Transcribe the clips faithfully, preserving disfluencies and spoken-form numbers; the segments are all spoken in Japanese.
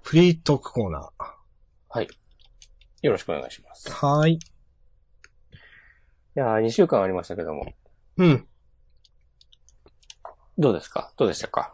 フリートークコーナー。 はい。よろしくお願いします。 はーい。いやー、にしゅうかんありましたけども。 うん。 どうですか？どうでしたか？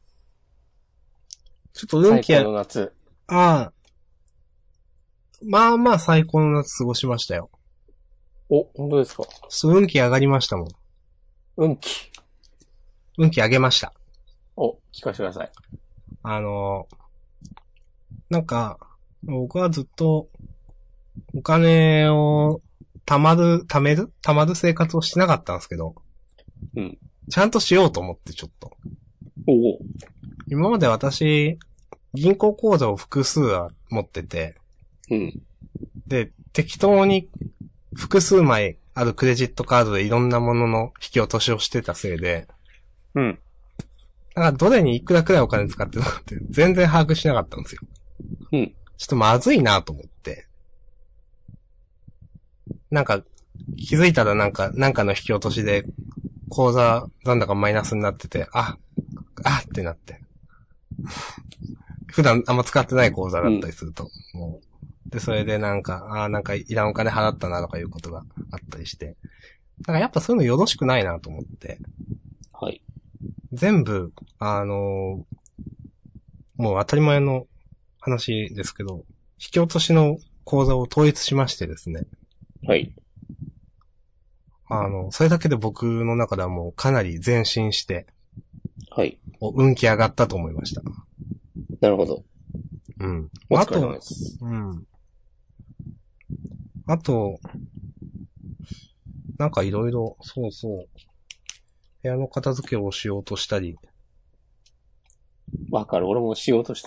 ちょっと運気や、 最高の夏。 ああ、まあまあ最高の夏過ごしましたよ。 お、本当ですか？ ちょっと運気上がりましたもん。 運気。 運気上げました。 お、聞かせてください。 あのー、なんか、僕はずっと、お金を、貯まる、貯める貯まる生活をしてなかったんですけど、 うん。 ちゃんとしようと思ってちょっと。 おお。 今まで私、銀行口座を複数は持ってて、 うん。 で、適当に複数枚あるクレジットカードでいろんなものの引き落としをしてたせいで、 うん。 だからどれにいくらくらいお金使ってるのかって全然把握しなかったんですよ。 うん。 ちょっとまずいなと思って。なんか、気づいたらなんか、なんかの引き落としで、口座なんだかマイナスになってて、あ、あってなって。普段あんま使ってない口座だったりすると、うん、もう。で、それでなんか、あなんかいらんお金払ったなとかいうことがあったりして。だからやっぱそういうのよろしくないなと思って。 はい。 全部、あのー、もう当たり前の話ですけど、引き落としの口座を統一しましてですね。 はい。 あの、それだけで僕の中ではもうかなり前進して、 はい。 運気上がったと思いました。 なるほど。 うん。 おあと疲れ様です。 うん。あと、なんかいろいろ、そうそう。部屋の片付けをしようとしたり。 わかる。俺もしようとした。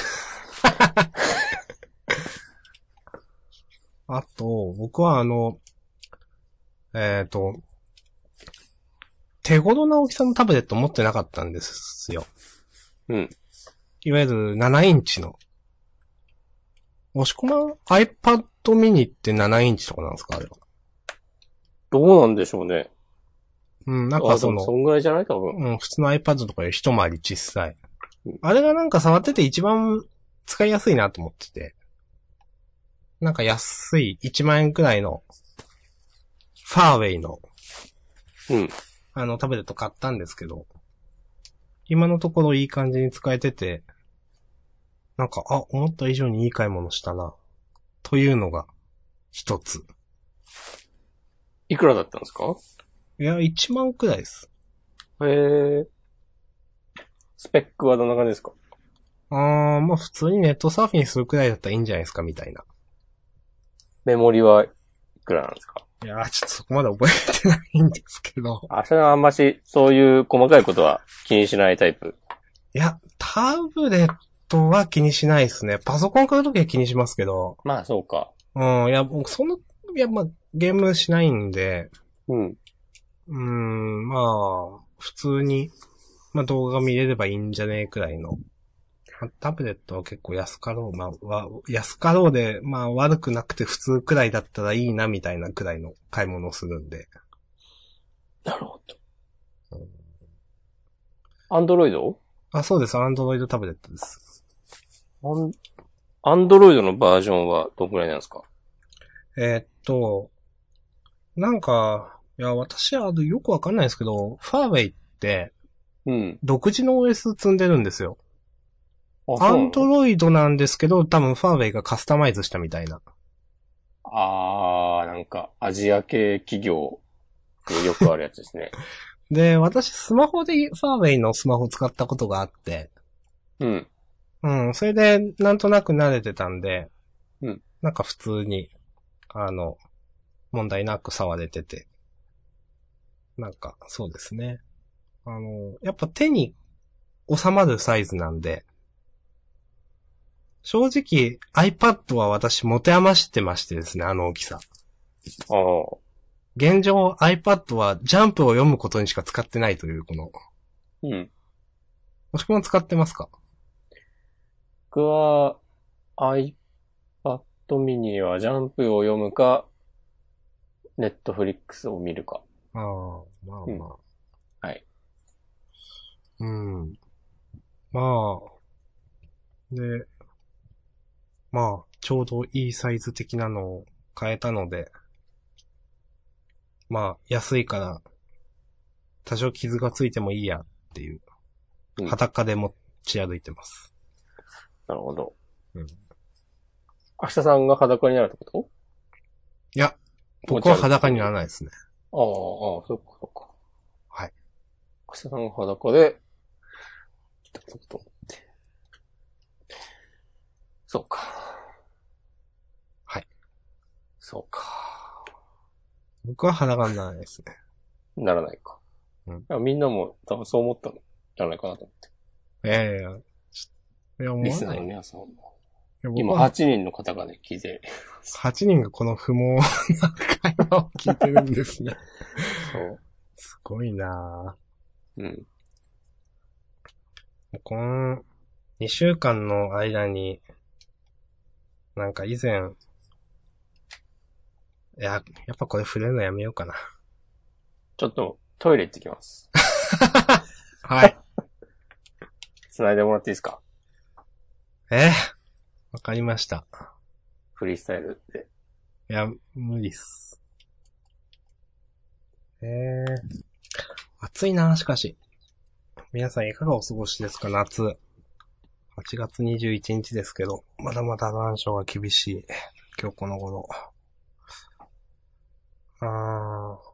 あと、僕はあの、えっと、手頃な大きさのタブレット持ってなかったんですよ。 うん。 いわゆるななインチの。押し込まん iPad mini ってななインチとかなんですかあれは。 どうなんでしょうね。 うん、なんあ、 かその、 でもそんぐらいじゃない？多分。 うん、普通の iPad とかより一回り小さい。 うん、 あれがなんか触ってて一番使いやすいなと思ってて。なんか安いいちまん円くらいの、ファーウェイの、 うん。 あのタブレット買ったんですけど、今のところいい感じに使えてて、なんか、あ、思った以上にいい買い物したな。というのが、一つ。 いくらだったんですか？ いや、いちまんくらいです。 へえ。スペックはどんな感じですか？ あー、まあ普通にネットサーフィンするくらいだったらいいんじゃないですか、みたいな。 メモリはいくらなんですか？ いやー、ちょっとそこまで覚えてないんですけど。 あ、それはあんまし、そういう細かいことは気にしないタイプ。 いや、タブレットは気にしないですね。パソコン買うときは気にしますけど。 まあ、そうか。 うん、いや、僕そんな、いや、まあ、ゲームしないんで、 うん。 うーん、まあ、普通に、まあ動画見れればいいんじゃねえくらいの。まあタブレットは結構安かろう。まあ、わ安かろうで、まあ悪くなくて普通くらいだったらいいなみたいなくらいの買い物をするんで。 なるほど。アンドロイド？ あ、そうです。アンドロイドタブレットです。 アン、アンドロイドのバージョンはどんくらいなんですか？ えーっと、なんか、いや、私はよくわかんないですけど、ファーウェイって、 うん。 独自の オーエス 積んでるんですよ。 あ、そアうなの？ ンドロイドなんですけど、多分ファーウェイがカスタマイズしたみたいな。 あー、なんか、アジア系企業によくあるやつですね。 で、私スマホでファーウェイのスマホ使ったことがあって、 うん。 うん、それでなんとなく慣れてたんで、 うん。 なんか普通に、あの、問題なく触れてて。なんか、そうですね。あの、やっぱ手に収まるサイズなんで、正直 iPad は私持て余してましてですね、あの大きさ。 あー。 現状 iPad はジャンプを読むことにしか使ってないという、この、 うん。 もしくも使ってますか？ 僕は iPad mini はジャンプを読むか、Netflix を見るか。 ああ、まあうん。 まあ。 はい。 うん。まあ、で、 まあ、ちょうどいいサイズ的なのを変えたので、まあ、安いから、多少傷がついてもいいやっていう、 うん、 裸で持ち歩いてます。 なるほど。 うん。 明日さんが裸になるってこと？ いや、僕は裸にならないですね。 ああ、ああ、そっかそっか。 はい。 明日さんが裸で、ちょっと待って。そうか。 はい。 そうか。 僕は裸にならないですね。 ならないか。 うん。 いやみんなも多分そう思ったんじゃないかなと思って。 いやいやいや。いや、思リスナーわない。 の皆さんも。 今今はちにんの方がね、聞いて。 はちにんがこの不毛な会話を聞いてるんですね。 そう。 すごいなぁ。うん。 このにしゅうかんの間に、なんか以前、いや、やっぱこれ触れるのやめようかな。 ちょっとトイレ行ってきます。 はい。 繋いでもらっていいですか？ えー、わかりました。 フリースタイルで。 いや、無理っす。えー、暑いな、しかし。皆さんいかがお過ごしですか、夏。はちがつにじゅういちにちですけど、まだまだ残暑が厳しい。今日この頃。あー。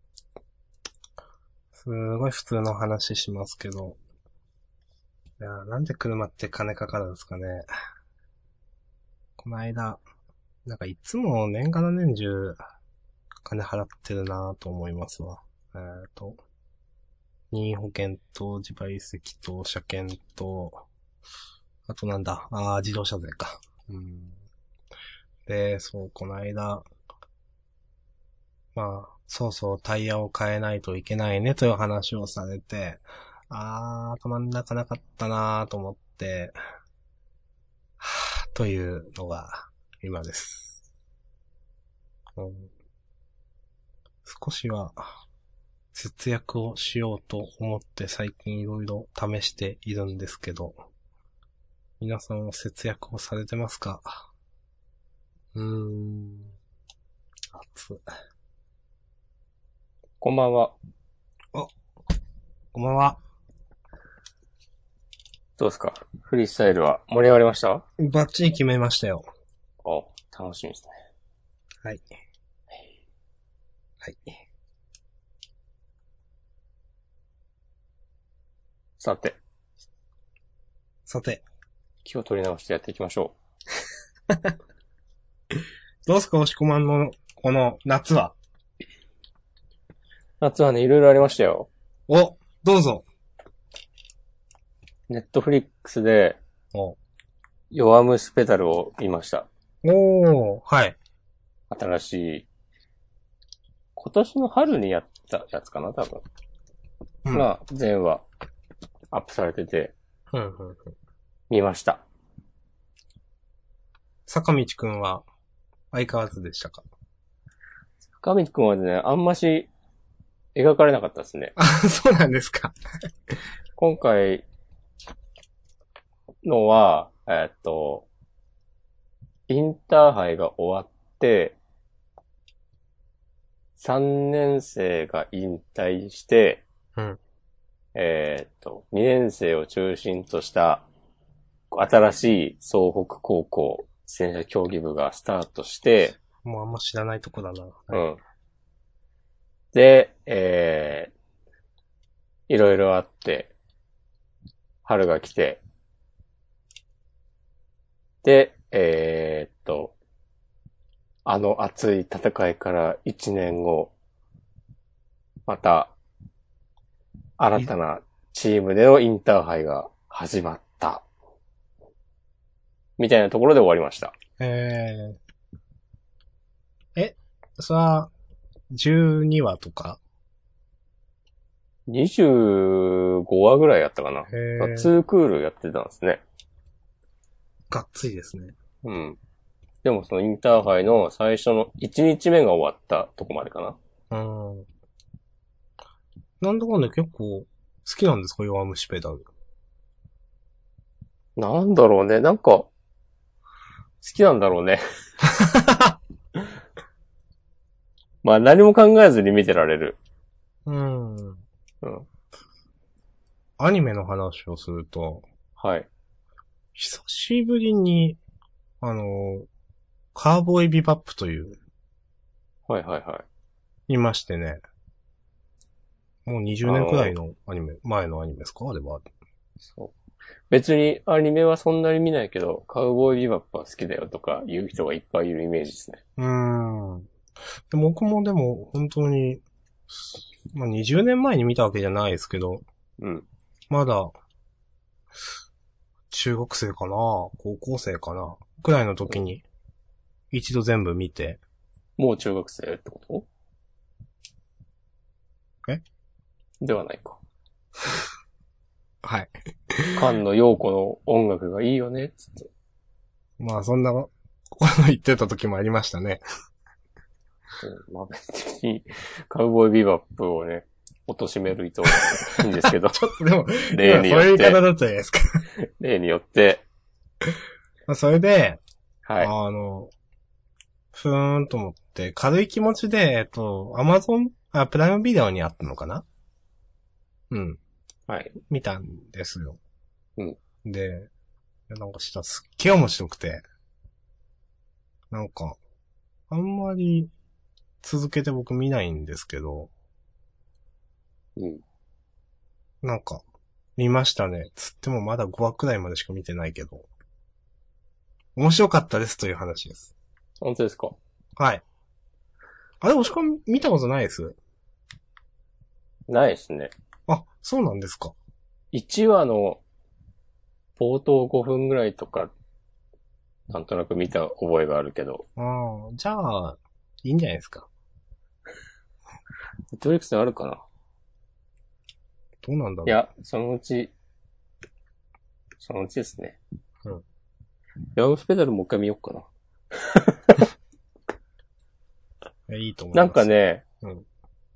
すごい普通の話しますけど。いやー、なんで車って金かかるんですかね。この間、なんかいつも年がら年中金払ってるなぁと思いますわ。えーと、任意保険と自賠責と車検と、あとなんだ、あー、自動車税か。うん。で、そう、この間、まあ、そうそうタイヤを変えないといけないねという話をされて、あー、頭の中なかったなぁと思って、はぁ、というのが今です。うん、少しは節約をしようと思って最近いろいろ試しているんですけど、皆さんは節約をされてますか？うーん、暑い。 こんばんは。 お、こんばんは。 どうですか？フリースタイルは盛り上がりました？ バッチリ決めましたよ。 お、楽しみですね。 はい。はい。 さて。 さて。 気を取り直してやっていきましょう。どうすか、押し込まんの、この夏は。 夏はね、いろいろありましたよ。 お、どうぞ。 ネットフリックスで、 お、 弱虫ペダルを見ました。 おー、はい。 新しい、今年の春にやったやつかな、多分。うん、が、全話、アップされてて、 うんうんうん、 見ました。 坂道くんは、相変わらずでしたか？ 坂道くんはね、あんまし、描かれなかったですね。 あ、そうなんですか。 今回のは、えー、っと、インターハイが終わって、さんねん生が引退して、 うん、 えー、っと、にねん生を中心とした新しい総北高校自転車競技部がスタートして、 もうあんま知らないとこだな。はい、 うん。で、えー、いろいろあって、春が来て、で、えー、っと、あの熱い戦いからいちねんご、また、新たなチームでのインターハイが始まった。みたいなところで終わりました。 えー、え、それは、じゅうにわとかにじゅうごわぐらいやったかな。ツークールやってたんですね。 がっつりですね。 うん。でもそのインターハイの最初のいちにちめが終わったとこまでかな。 うん。なんだかんだ結構好きなんですか、弱虫ペダル。 なんだろうね、なんか、 きなんだろうね。まあ何も考えずに見てられる。 うん。 うん。 アニメの話をすると、 はい。 久しぶりに、あの、カーボーイビバップという、 はいはいはい。 いましてね。もうにじゅうねんくらいのアニメ、前のアニメですかあれは。 そう。別にアニメはそんなに見ないけど、カウボーイビバップは好きだよとか言う人がいっぱいいるイメージですね。 うーん。で僕もでも本当に、まあ、にじゅうねんまえに見たわけじゃないですけど、 うん。 まだ、中学生かな高校生かなくらいの時に、一度全部見て。 もう中学生ってことえではないか。 はい。 菅野陽子の音楽がいいよね、つって。 まあそんなこと言ってた時もありましたね。 うん、まあ別に、カウボーイビバップをね、貶める意図はいいんですけど。 ちょっとでも、 例によって。 そういう言い方だったじゃないですか。 例によって。 まあそれで、 はい。 あの、ふーんと思って、軽い気持ちで、えっと、アマゾン、あ、プライムビデオにあったのかなうん。 はい。 見たんですよ。 うん。 で、なんかしたらすっげえ面白くて、なんか、あんまり続けて僕見ないんですけど、 うん。 なんか、見ましたね。つってもまだごわくらいまでしか見てないけど、面白かったですという話です。 本当ですか？ はい。あれ、押し込み見たことないです？ ないですね。 あ、そうなんですか。 いちわの冒頭ごふんぐらいとか、なんとなく見た覚えがあるけど。 ああ、じゃあ、いいんじゃないですか。 ネットフリックスであるかな？ どうなんだろう。 いや、そのうち、そのうちですね。 うん。 ヤンスペダルもう一回見ようかな。 いいと思いなます。 んかね、 うん。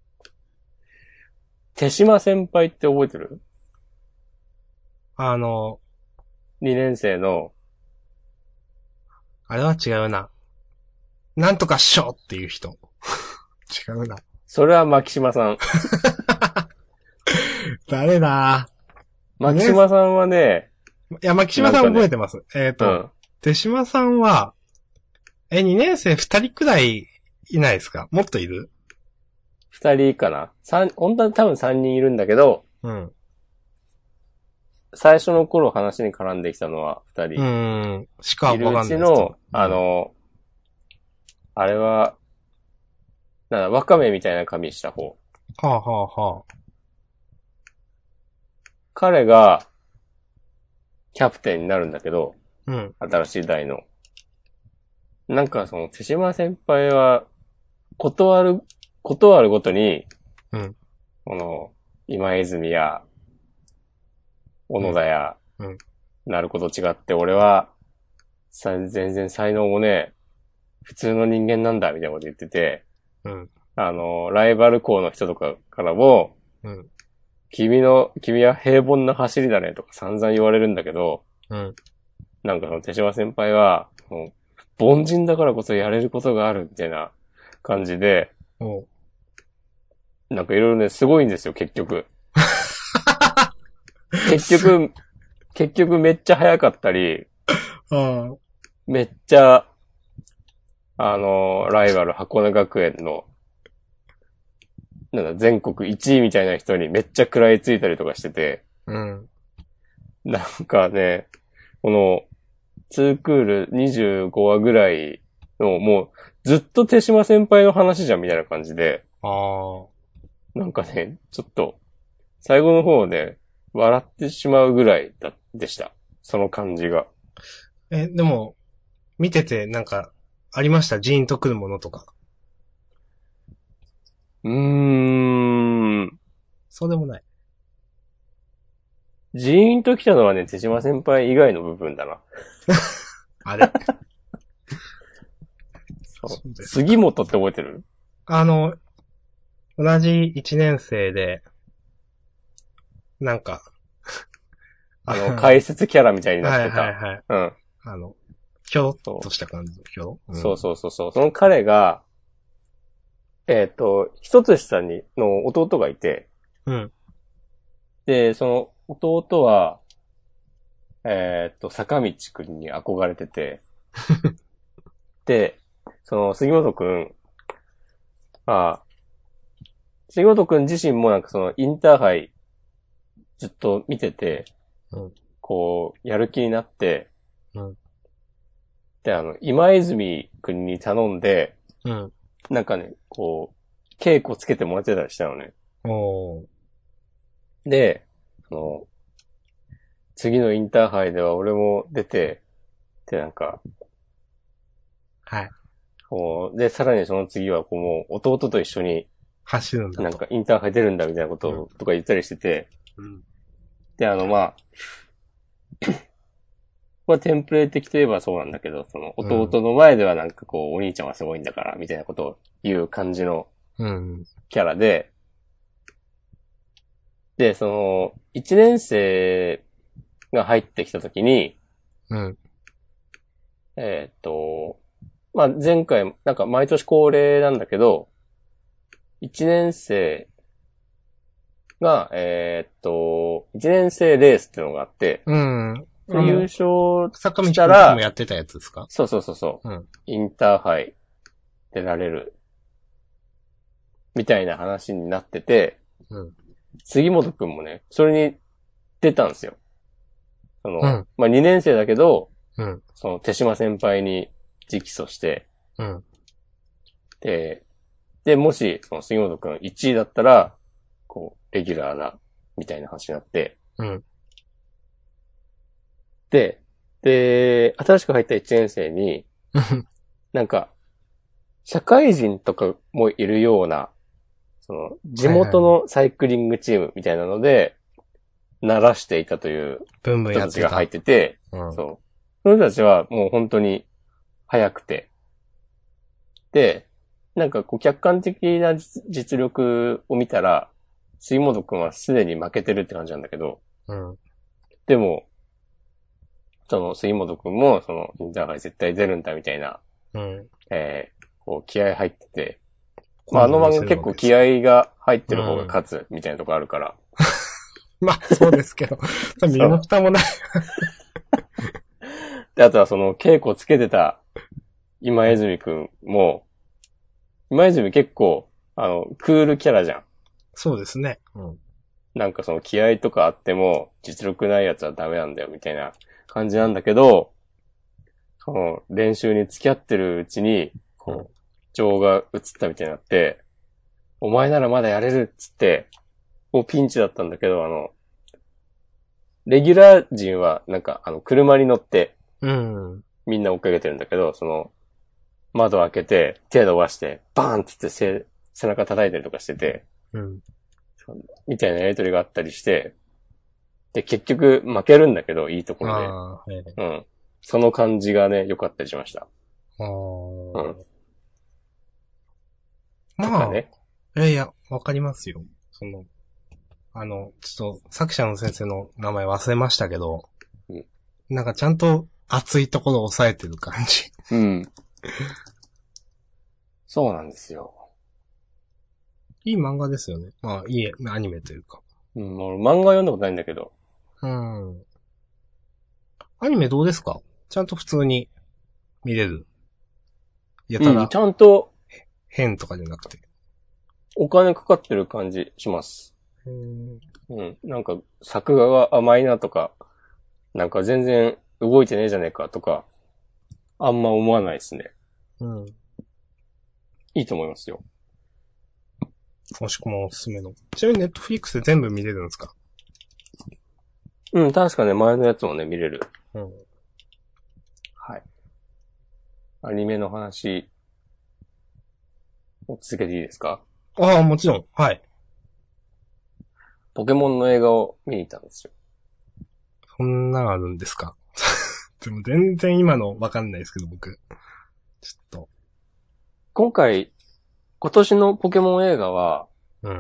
手島先輩って覚えてる？ あの、 にねん生の、 あれは違うな。なんとかっしょっていう人。違うな。 それは牧島さん。 誰だ牧島さんはね、 いや、牧島さん覚えてます。ね、えっ、ー、と、うん、手島さんは、え、にねん生ふたりくらいいないですか？もっといる？ ふたりかな？さん、本当は多分さんにんいるんだけど、 うん。 最初の頃話に絡んできたのはふたり。 うん。しかわかんない。いるうちの、あの、あれは、なんだ、ワカメみたいな髪した方。 はあはあはあ。 彼が、キャプテンになるんだけど、 うん。 新しい代の。なんかその、手島先輩は、断る、断るごとに、 うん。 この、今泉や、小野田や、 うん。 なること違って、俺は、さ、全然才能もね、普通の人間なんだ、みたいなこと言ってて、 うん。 あの、ライバル校の人とかからも、 うん。 君の、君は平凡な走りだねとか散々言われるんだけど、 うん。 なんかその手島先輩は、もう凡人だからこそやれることがあるみたいな感じで、 おなんかいろいろね、すごいんですよ、結局。結局、結局めっちゃ早かったり、めっちゃ、あの、ライバル箱根学園の、なんだ、全国いちいみたいな人にめっちゃ食らいついたりとかしてて、 うん。 なんかね、この、ツークールにじゅうごわぐらいの、もう、ずっと手島先輩の話じゃんみたいな感じで、 あなんかね、ちょっと、最後の方で、笑ってしまうぐらいだ、でした。その感じが。 え、でも、見てて、なんか、ありましたジーンとくるものとか。 うーん。 そうでもない。 ジーンと来たのはね、手島先輩以外の部分だな。 あれそう。杉本って覚えてる？ あの、同じいちねん生で、なんか、 あの、解説キャラみたいになってた。 はいはいはい。 うん。 あの、 ひょろっとした感じのひょろ、 うん、そうそうそうそう。その彼が、えっ、ー、と、一つ下に、の弟がいて、 うん。 で、その弟は、えっ、ー、と、坂道くんに憧れてて、で、その杉本くん、あ、杉本くん自身もなんかそのインターハイずっと見てて、 うん、 こう、やる気になって、 うん、 で、あの、今泉くんに頼んで、 うん、 なんかね、こう、稽古つけてもらってたりしたのね。 おー。 で、その、次のインターハイでは俺も出て、で、なんか、 はい。 こう、で、さらにその次はこうもう弟と一緒に、 走るんだと。 なんかインターハイ出るんだみたいなこととか言ったりしてて、 うん。 で、あの、まあ、まあ、テンプレ的といえばそうなんだけど、その、弟の前ではなんかこう、お兄ちゃんはすごいんだから、みたいなことを言う感じのうん。 キャラで、で、その、一年生が入ってきたときに、 うん。 えーっと、まあ、前回、なんか毎年恒例なんだけど、一年生が、えーっと、一年生レースっていうのがあって、 うん。 それ優勝坂道したら、 もやってたやつですか？ そうそうそうそう、 うん。 インターハイ出られる、みたいな話になってて、 うん。 杉本くんもね、それに出たんですよ。その、 うん。 まあ、にねん生だけど、 うん。 その手島先輩に直訴して、 うん。 で、で、もし、その杉本くんいちいだったら、こう、レギュラーだ、みたいな話になって、 うん。 で、で、新しく入ったいちねん生に、なんか、社会人とかもいるような、その、地元のサイクリングチームみたいなので、鳴らしていたというブンブン人やってた。 たちが入ってて、 うん。 そう。その人たちはもう本当に速くて、で、なんかこう客観的な実実力を見たら、杉本くんはすでに負けてるって感じなんだけど、 うん。 でも、その杉本くんもそのインターハイ絶対出るんだみたいな、 うん。 えー、こう気合入ってて、まああの漫画結構気合が入ってる方が勝つみたいなとこあるから。 うん、まあそうですけど、身も蓋もない。 で、あとはその稽古つけてた今泉くんも、今泉結構、あの、クールキャラじゃん。 そうですね。うん。 なんかその気合とかあっても、実力ないやつはダメなんだよ、みたいな感じなんだけど、その練習に付き合ってるうちに、こう、情が移ったみたいになって、お前ならまだやれるっつって、もうピンチだったんだけど、あの、レギュラー陣はなんかあの車に乗って、 うん。 みんな追っかけてるんだけど、その、窓開けて、手伸ばして、バーンっつって背背中叩いたりとかしてて、 うん。 みたいなやりとりがあったりして、で、結局負けるんだけど、いいところで。 ああ、はい。 うん。その感じがね、良かったりしました。 ああ。 うん。 まあ、 ね、 いやいや、わかりますよ。その、あの、ちょっと、作者の先生の名前忘れましたけど、うん、なんかちゃんと熱いところを抑えてる感じ。 うん。そうなんですよ。 いい漫画ですよね。まあ、いいアニメというか。 うん、俺漫画読んだことないんだけど。 うん。アニメどうですか？ちゃんと普通に見れる？やたら、 うん、ちゃんと、 変とかじゃなくて。 お金かかってる感じします。 うん。 うん。なんか、作画が甘いなとか、なんか全然動いてねえじゃねえかとか、あんま思わないですね。 うん。 いいと思いますよ。 もしくもおすすめの。ちなみにネットフリックスで全部見れるんですか？ うん、確かね、前のやつもね、見れる。 うん。 はい。アニメの話、続けていいですか？ ああ、もちろん。はい。 ポケモンの映画を見に行ったんですよ。 そんなあるんですか？でも全然今のわかんないですけど、僕。ちょっと。 今回、今年のポケモン映画は、 うん。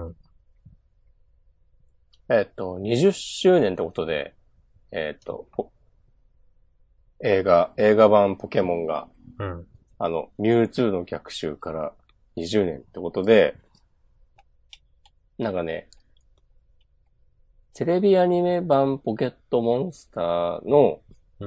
えっと、にじゅっしゅうねんってことで、えっと、 映画、映画版ポケモンが、 うん。 あの、ミュウツーの逆襲からにじゅうねんってことで、なんかね、テレビアニメ版ポケットモンスターの、 うん。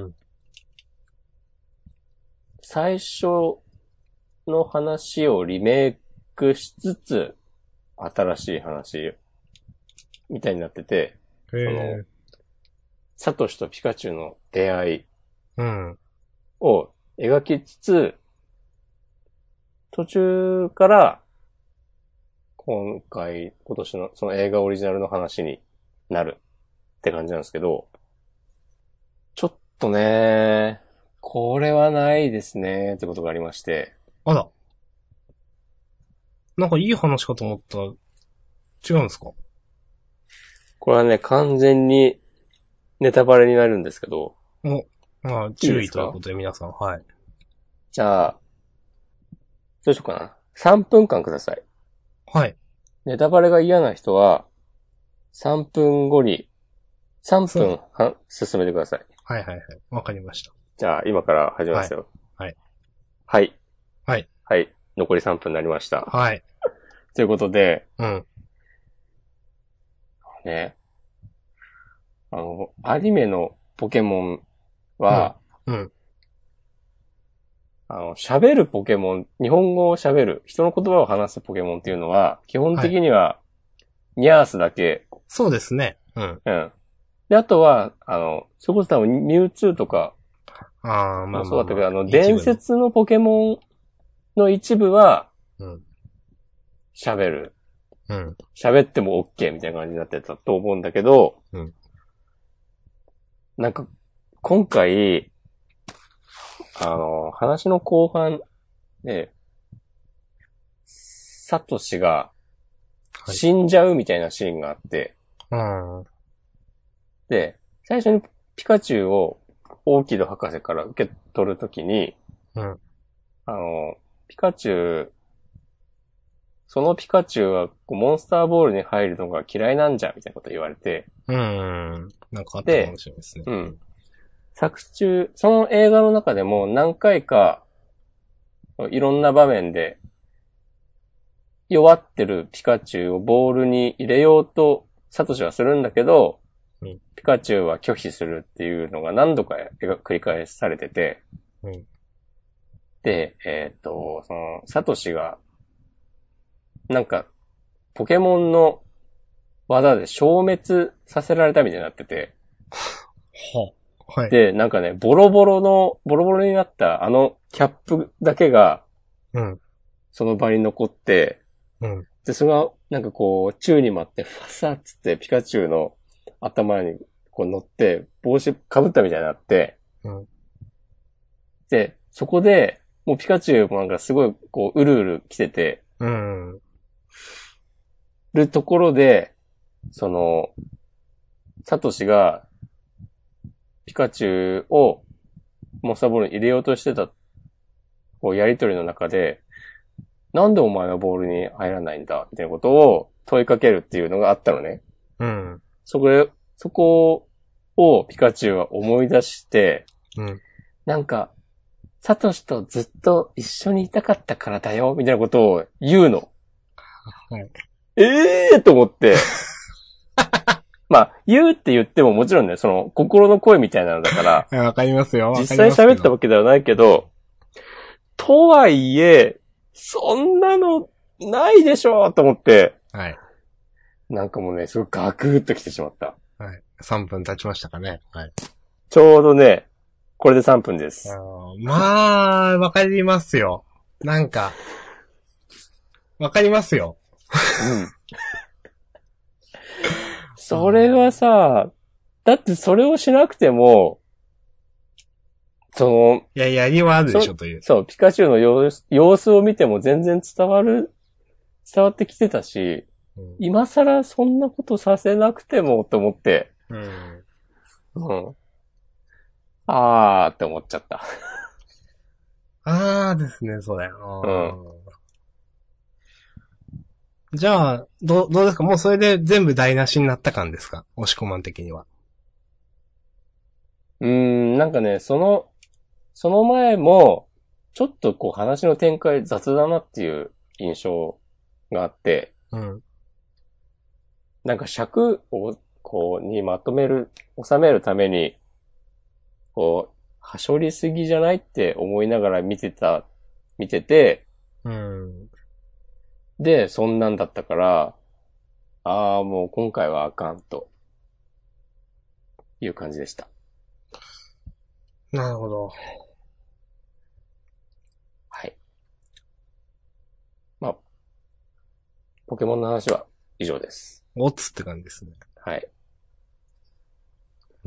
最初の話をリメイクしつつ、新しい話みたいになってて、 へえ。 サトシとピカチュウの出会いうん。 を描きつつ、途中から、今回、今年のその映画オリジナルの話になるって感じなんですけど、ちょっとね、これはないですねってことがありまして。 あら。なんかいい話かと思ったら、違うんですか？ これはね、完全にネタバレになるんですけど。 お、まあ、注意ということで皆さん、はい。 じゃあ、どうしようかな。さんぷんかんください。 はい。 ネタバレが嫌な人は、さんぷんごに、さんぷんはん進めてください。 はいはいはい。わかりました。 じゃあ、今から始めますよ。 はい。 はい。 はい。 はい。残りさんぷんになりました。 はい。 ということで、 うん。 ね。あの、アニメのポケモンは、 うん。うん、 あの、喋るポケモン、日本語を喋る、人の言葉を話すポケモンっていうのは、基本的には、ニャースだけ。 そうですね。うん。 うん。で、あとは、あの、それこそ多分ミュウツーとか、 ああ、まあまあ、まあ。 そうだったけど、あの、伝説のポケモンの一部は、 うん。 喋る。 うん。 喋っても OK みたいな感じになってたと思うんだけど、 うん。 なんか、今回、あの、話の後半で、サトシが死んじゃうみたいなシーンがあって、 はい、 で、最初にピカチュウをオーキッド博士から受け取るときに、 うん。 あの、ピカチュウ、そのピカチュウはモンスターボールに入るのが嫌いなんじゃ、みたいなこと言われて。 うん。なんかあったかもしれないですね。 うん。作中、その映画の中でも何回か、いろんな場面で、弱ってるピカチュウをボールに入れようと、サトシはするんだけど、うん、ピカチュウは拒否するっていうのが何度か繰り返されてて、うん、で、えっと、その、サトシが、なんか、ポケモンの技で消滅させられたみたいになってて、 ははい。 で、なんかね、ボロボロの、ボロボロになったあのキャップだけが、うん。その場に残って、うん。で、それが、なんかこう、宙に舞って、ファサッつってピカチュウの頭にこう乗って、帽子被ったみたいになって、うん。で、そこで、もうピカチュウもなんかすごい、こう、うるうる来てて、うん。るところで、その、サトシが、ピカチュウをモンスターボールに入れようとしてた、こう、やりとりの中で、なんでお前はボールに入らないんだみたいなことを問いかけるっていうのがあったのね。うん。そこで、そこをピカチュウは思い出して、うん。なんか、サトシとずっと一緒にいたかったからだよ、みたいなことを言うの。はい。ええーと思って。まあ、言うって言ってももちろんね、その、心の声みたいなのだから。 わかりますよ。 実際喋ったわけではないけど、とはいえ、そんなのないでしょうと思って。はい。なんかもうね、すごいガクーっと来てしまった。 はい。さんぷん経ちましたかね。はい。 ちょうどね、これでさんぷんです。 まあ、わかりますよ。なんか、わかりますよ。うん。 それはさ、だってそれをしなくても、その、 いやいや、理はあるでしょという。 そう、ピカチュウの様子、様子を見ても全然伝わる、伝わってきてたし、うん、今更そんなことさせなくてもと思って、うん。うん。あーって思っちゃった。 あーですね、それ。うん。じゃあ、ど、どうですか？もうそれで全部台無しになった感ですか？押し込まん的には。 うーん、なんかね、その、 その前も、ちょっとこう話の展開雑だなっていう印象があって、 うん。 なんか尺を、こう、にまとめる、収めるために、こう、はしょりすぎじゃないって思いながら見てた、見てて、 うん。 で、そんなんだったから、ああ、もう今回はあかんという感じでした。 なるほど。 はい。まあ、ポケモンの話は以上です。 おつって感じですね。 はい。 うん。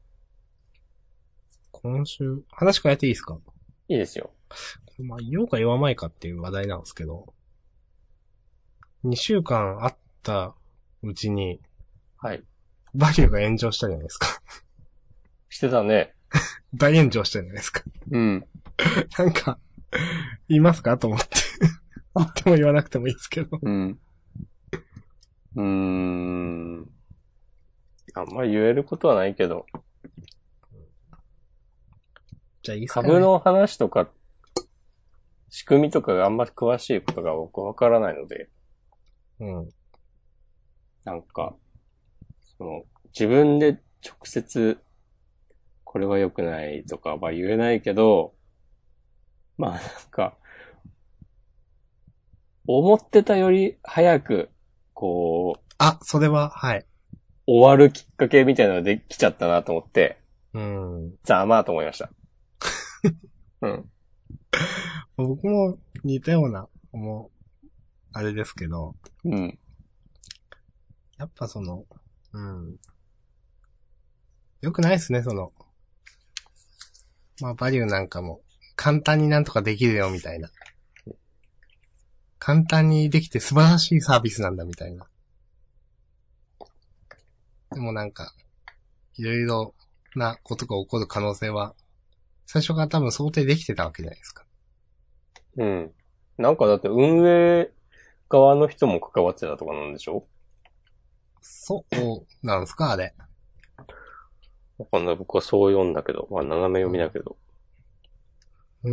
今週、話変えていいですか？ いいですよ。 まあ、言おうか言わないかっていう話題なんですけど、にしゅうかんあったうちに、 はい。 バリューが炎上したじゃないですか。 してたね。 大炎上したじゃないですか。 うん。 なんか、言いますかと思って。言っても言わなくてもいいですけど。 うん。うーん。あんまり言えることはないけど、 じゃあいいですかね。 株の話とか、仕組みとかがあんまり詳しいことが僕わからないので、 うん。 なんか、その、自分で直接、これは良くないとかは言えないけど、まあなんか、思ってたより早く、こう、 あ、それは、はい。 終わるきっかけみたいなのできちゃったなと思って、 うん。 ざまあと思いました。うん。 僕も似たような、もう、あれですけど、 うん。 やっぱその、うん。よくないですね、その、まあ、バリューなんかも、簡単になんとかできるよ、みたいな。簡単にできて素晴らしいサービスなんだ、みたいな。でもなんか、いろいろなことが起こる可能性は、最初から多分想定できてたわけじゃないですか。 うん。なんかだって運営側の人も関わってたとかなんでしょ？ そうなんですか、あれ。 わかんない。僕はそう読んだけど、まあ斜め読みだけど。 うん。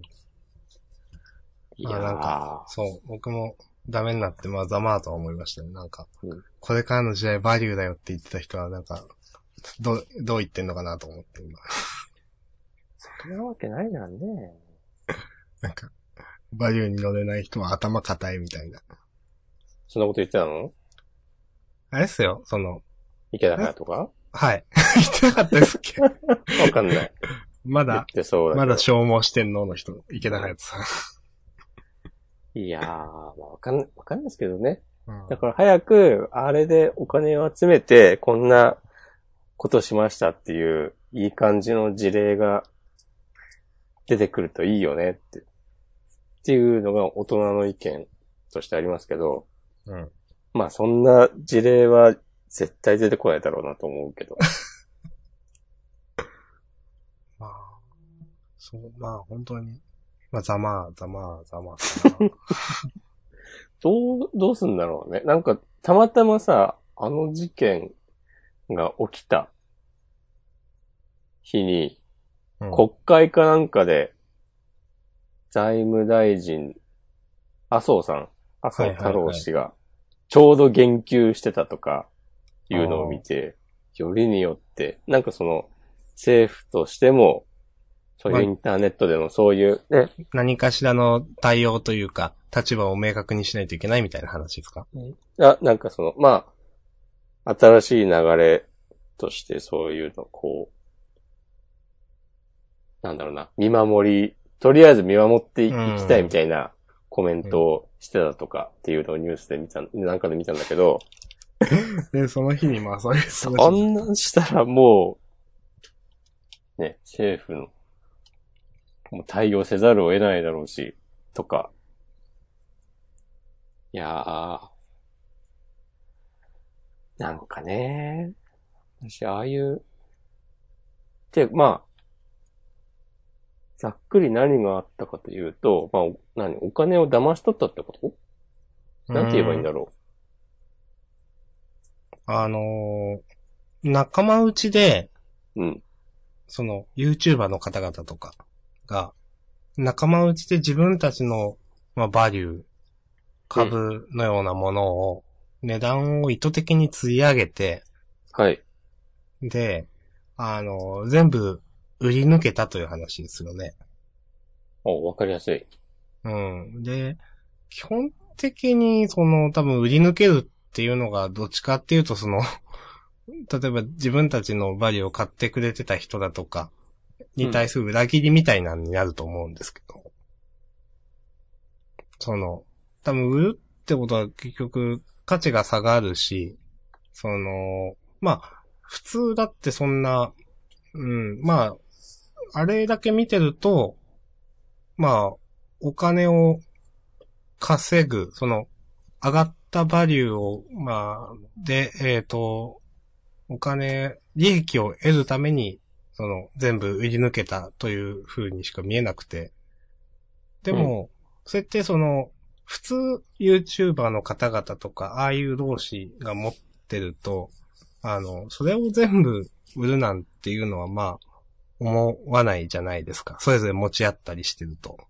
いやあ、なんか、 ー。 そう、僕もダメになって、まあざまあとは思いましたね。なんか、 うん。 これからの時代バリューだよって言ってた人は、なんか、どう、どう言ってんのかなと思って今。 そんなわけないなんね。 なんか、バリューに乗れない人は頭固いみたいな。 そんなこと言ってたの？ あれっすよ、その、 池田隼とか？ はい。言ってなかったですっけ？ わかんない。 まだ、 言ってそうだけど。 まだ消耗してんのの人、池田隼人さん。 いやー、まあわかん、わかんないですけどね。 うん、 だから早く、あれでお金を集めて、こんなことしましたっていう、いい感じの事例が出てくるといいよねって。っていうのが大人の意見としてありますけど、 うん。 まあそんな事例は絶対出てこないだろうなと思うけど。 まあ、そう、まあ本当に。まあざまあ、ざまあ、ざまあ、ざまあ。 どう、どうすんだろうね。なんか、たまたまさ、あの事件が起きた日に、 うん、 国会かなんかで、財務大臣、麻生さん、麻生太郎氏が、ちょうど言及してたとか、いうのを見て、よりによって、なんかその、政府としても、そういうインターネットでのそういう、ね。 何かしらの対応というか、立場を明確にしないといけないみたいな話ですか？ あ、なんかその、まあ、新しい流れとしてそういうのこう、なんだろうな、見守り、とりあえず見守っていきたいみたいなコメントをしてたとかっていうのをニュースで見た、なんかで見たんだけど、 で、その日にまあそういう話。 そんなんしたらもう、ね、政府の、もう対応せざるを得ないだろうし、とか。いやー、なんかね、私ああいう、で、まあ、ざっくり何があったかというと、まあ、何、お金を騙し取ったってことなんて言えばいいんだろあのー、仲間内で、 う。うん。 その YouTuber の方々とかが、仲間内で自分たちの、まあ、バリュー、株のようなものを、値段を意図的に釣り上げて、 はい。 で、あの、全部売り抜けたという話ですよね。 お、わかりやすい。 うん。で、基本的に、その、多分売り抜けるっていうのが、どっちかっていうと、その、例えば自分たちのバリューを買ってくれてた人だとか、に対する裏切りみたいなのになると思うんですけど、その、多分売るってことは結局価値が下がるし、その、まあ、普通だってそんな、うん、まあ、あれだけ見てると、まあ、お金を稼ぐ、その、上がったバリューを、まあ、で、えっと、お金、利益を得るために、その、全部売り抜けたという風にしか見えなくて。でも、それってその、普通 YouTuber の方々とか、ああいう同士が持ってると、あの、それを全部売るなんていうのはまあ、思わないじゃないですか。それぞれ持ち合ったりしてると。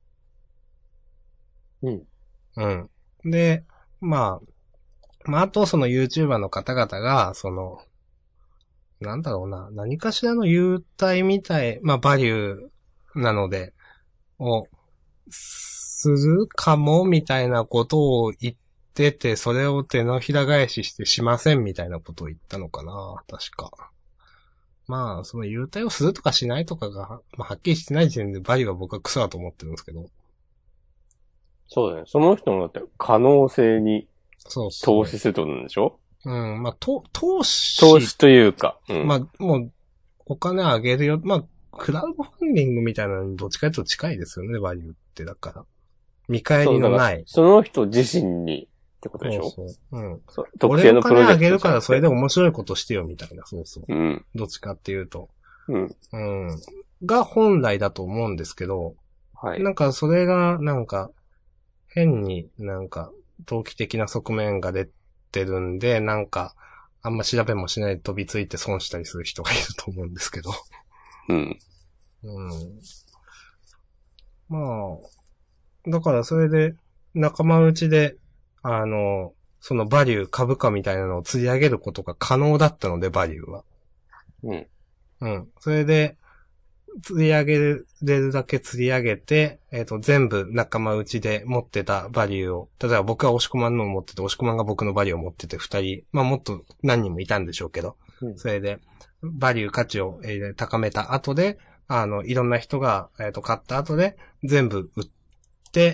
うん。 うん。で、まあ、まあ、あとその YouTuber の方々が、その、なんだろうな、何かしらの優待みたい、まあ、バリューなので、を、するかも、みたいなことを言ってて、それを手のひら返ししてしません、みたいなことを言ったのかな、確か。まあ、その優待をするとかしないとかが、まあ、はっきりしてない時点でバリューは僕はクソだと思ってるんですけど。 そうだね。その人のだって可能性にそうそ投資するってことなんでしょ？ う。うん、まあ、と、投資、 投資というか。うん。 まあ、もう、お金あげるよ。まあ、クラウドファンディングみたいなのにどっちかというと近いですよね、バリューって。だから。見返そう、だから、 りのない。 その人自身にってことでしょ？ そうそう。うん。 そう。特俺お定のプロジェ金あげるクトじゃなくて。 からそれで面白いことしてよみたいな。そうそう。 うん。 どっちかっていうと。 うん。 うん。が本来だと思うんですけど、 はい。 なんかそれが、なんか、変になんか、投機的な側面が出てるんで、なんか、あんま調べもしないで飛びついて損したりする人がいると思うんですけど。 うん。 うん。まあ、だからそれで、仲間内で、あの、そのバリュー、株価みたいなのを釣り上げることが可能だったので、バリューは。 うん。 うん。それで、釣り上げれるだけ釣り上げて、えっ、と、全部仲間内で持ってたバリューを、例えば僕は押し込まんのを持ってて、押し込まんが僕のバリューを持ってて、二人、まあもっと何人もいたんでしょうけど、 うん。 それで、バリュー価値を、えー高めた後で、あの、いろんな人が、えっ、と、買った後で、全部売って、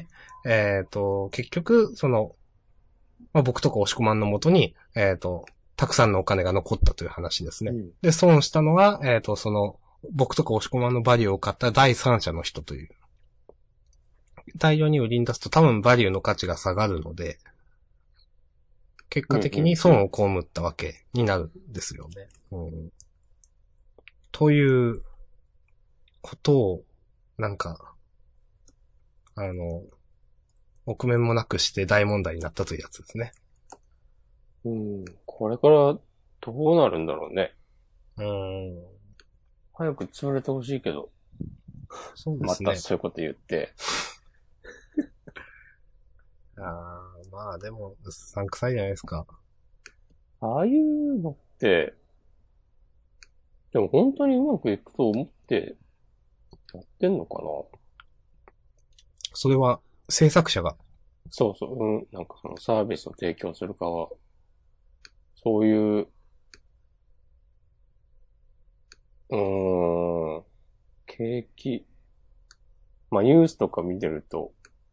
えっ、と、結局、その、まあ、僕とか押し込まんの元に、えっ、と、たくさんのお金が残ったという話ですね。 うん。 で、損したのは、えっ、と、その、僕とか押し込まんのバリューを買った第三者の人という。大量に売りに出すと多分バリューの価値が下がるので、結果的に損を被ったわけになるんですよね。うん、ということを、なんか、あの、臆面もなくして大問題になったというやつですね。 うん。これからどうなるんだろうね。 うーん。 早く潰れてほしいけど、まそうですね。 たそういうこと言って。 あーまあでも、うさんくさいじゃないですか。 ああいうのって、でも本当にうまくいくと思ってやってんのかな？ それは、制作者が。 そうそう、うん、なんかそのサービスを提供する側、そういう、うーん、景気、まあニュースとか見てると、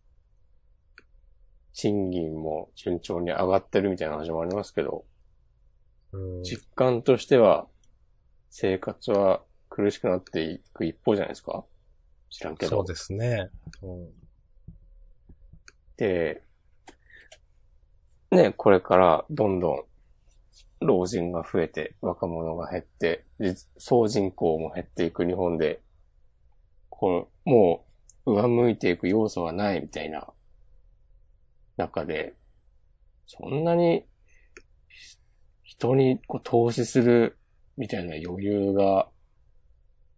賃金も順調に上がってるみたいな話もありますけど、 うん、 実感としては、生活は苦しくなっていく一方じゃないですか？知らんけど。 そうですね。うん、 で、ね、これからどんどん老人が増えて、若者が減って、実総人口も減っていく日本で、こう、もう上向いていく要素はないみたいな中で、そんなに人にこう投資するみたいな余裕が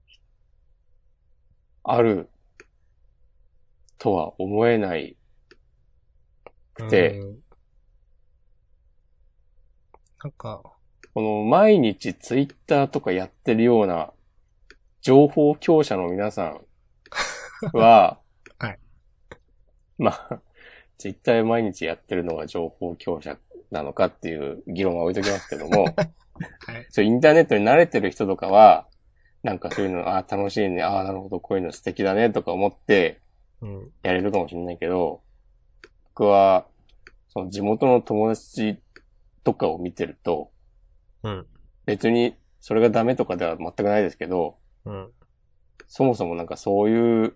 あるとは思えないくて、 うん、なんか、 この毎日ツイッターとかやってるような情報強者の皆さんは、 はい。 まあ、ツイッター毎日やってるのが情報強者なのかっていう議論は置いときますけども、 はい。 そうインターネットに慣れてる人とかは、なんかそういうの、ああ、楽しいね、ああ、なるほど、こういうの素敵だね、とか思ってうん。 やれるかもしれないけど、僕は、その地元の友達とかを見てると、 うん。 別にそれがダメとかでは全くないですけど、 うん。 そもそもなんかそういう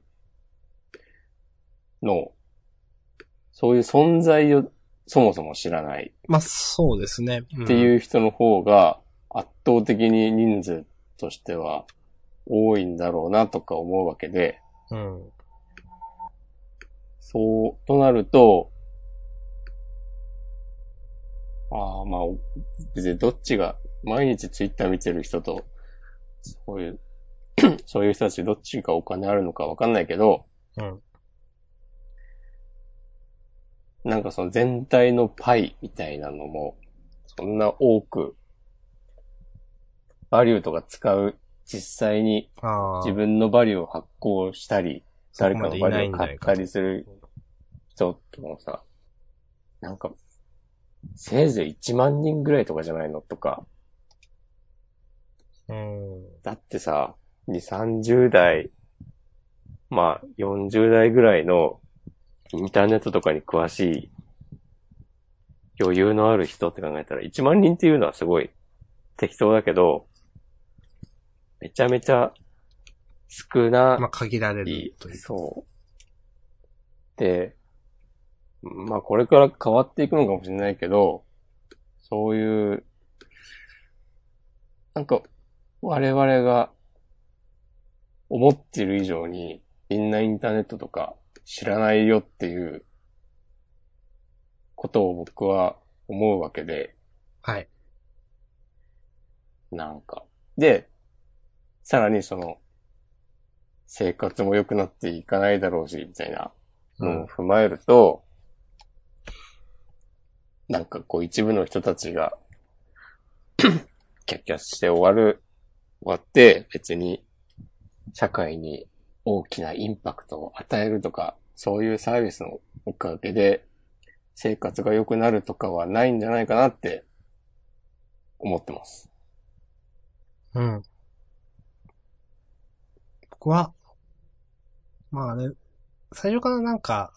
の、そういう存在をそもそも知らないまあ、そうですね。うってん。 いう人の方が圧倒的に人数としては多いんだろうなとか思うわけで、 うん。 そう、となると、ああ、まあ、別にどっちが、毎日ツイッター見てる人と、そういう、そういう人たちどっちがお金あるのかわかんないけど、 うん。 なんかその全体のパイみたいなのも、そんな多く、バリューとか使う、実際にああ、 自分のバリューを発行したり、 そこ誰かのバリューをまでいないんじゃ買ったないかと。 りする人とかもさ、なんか、せいぜいいちまん人ぐらいとかじゃないのとか、 うん。 だってさ、に、さんじゅう代、まあ、よんじゅう代ぐらいのインターネットとかに詳しい余裕のある人って考えたらいちまん人っていうのはすごい適当だけど、めちゃめちゃ少なまあ、限られるい、 という。 そう。で、まあこれから変わっていくのかもしれないけど、そういう、なんか我々が思っている以上にみんなインターネットとか知らないよっていうことを僕は思うわけで、 はい。 なんか。で、さらにその生活も良くなっていかないだろうし、みたいなのをうん。 踏まえると、なんかこう一部の人たちがキャッキャして終わる、終わって別に社会に大きなインパクトを与えるとか、そういうサービスのおかげで生活が良くなるとかはないんじゃないかなって思ってます。 うん。僕は、まああれ、最初からなんか、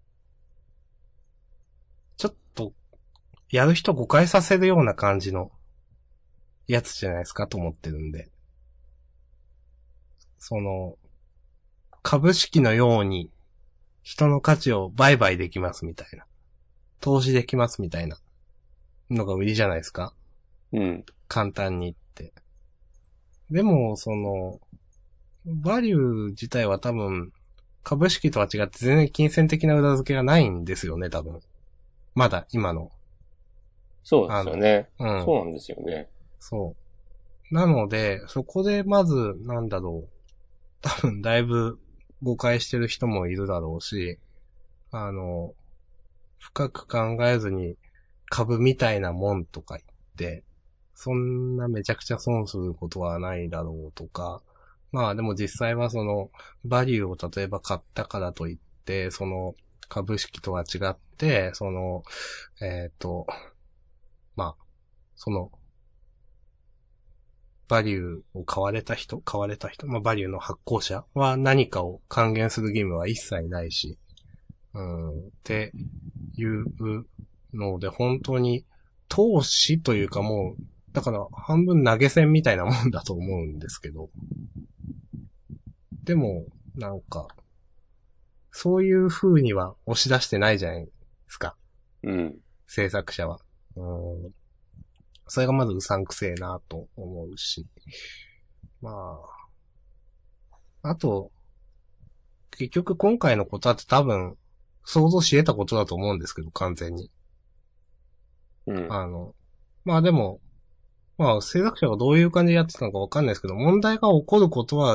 ちょっと、やる人誤解させるような感じのやつじゃないですかと思ってるんで。その、株式のように人の価値を売買できますみたいな。投資できますみたいなのが売りじゃないですか。 うん。 簡単に言って。でも、その、バリュー自体は多分、株式とは違って全然金銭的な裏付けがないんですよね、多分。まだ、今の。 そうであの、 すよね。 うん。 そうなんですよね。 そう。なので、そこでまず、なんだろう。多分、だいぶ誤解してる人もいるだろうし、あの、深く考えずに株みたいなもんとか言って、そんなめちゃくちゃ損することはないだろうとか、まあでも実際はその、バリューを例えば買ったからといって、その、株式とは違って、その、えっ、と、まあ、その、バリューを買われた人買われた人まあバリューの発行者は何かを還元する義務は一切ないし、うん、っていうので、本当に投資というかもう、だから半分投げ銭みたいなもんだと思うんですけど。でも、なんか、そういう風には押し出してないじゃないですか。 うん。 制作者は。うん。それがまずうさんくせえなと思うし。まあ、あと、結局今回のことだって多分、想像し得たことだと思うんですけど、完全に。 うん。 あの、まあでも、まあ制作者がどういう感じでやってたのかわかんないですけど、問題が起こることは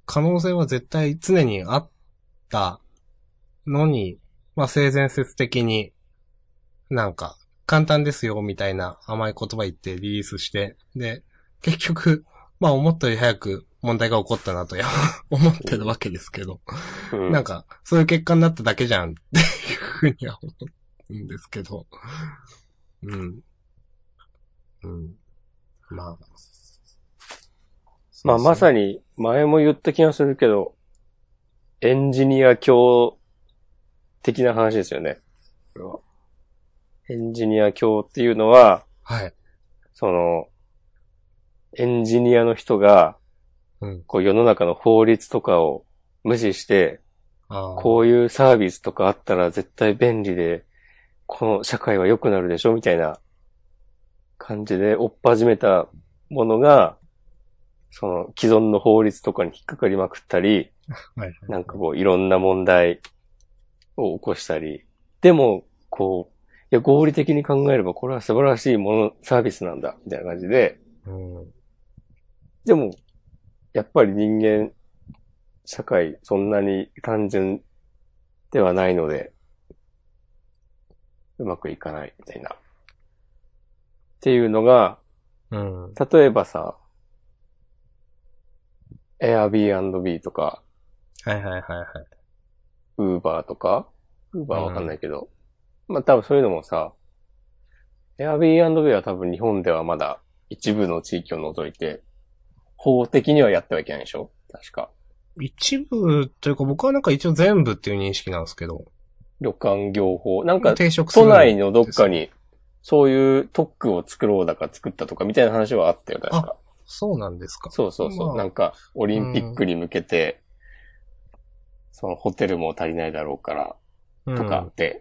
可能性は絶対常にあったのに、まあ性善説的になんか簡単ですよみたいな甘い言葉言ってリリースして、で、結局、まあ思ったより早く問題が起こったなとや思ってるわけですけど、 うん、 なんかそういう結果になっただけじゃんっていうふうには思うんですけど、うん。うん。まあ。 まあまさに前も言った気がするけど、エンジニア教的な話ですよね。これは。エンジニア教っていうのは、 はい。 その、エンジニアの人が、 うん。 こう世の中の法律とかを無視して、こうう。 いうサービスとかあったら絶対便利で、この社会は良くなるでしょみたいな感じで追っ始めたものが、その既存の法律とかに引っかかりまくったり、 はい。 なんかこういろんな問題を起こしたり、でも、こう、いや合理的に考えればこれは素晴らしいもの、サービスなんだ、みたいな感じで、 うん。 でも、やっぱり人間、社会、そんなに単純ではないので、うまくいかないみたいな。っていうのが、 うん。 例えばさ、Airbnb とか、 はいはいはいはい。 Uber とか、Uber うはわかんないん。 けど、まあ多分そういうのもさ、Airbnb は多分日本ではまだ一部の地域を除いて、法的にはやってはいけないでしょ確か。 一部というか僕はなんか一応全部っていう認識なんですけど、 旅館業法。なんか、 抵触するん都内のどっですよ。 かに、そういう特区を作ろうだか作ったとかみたいな話はあったよ、確あ、 か。 そうなんですか。 そうそうそう。 まあ、 なんか、オリンピッうん。 クに向けて、そのホテルも足りないだろうから、とかうん。 で、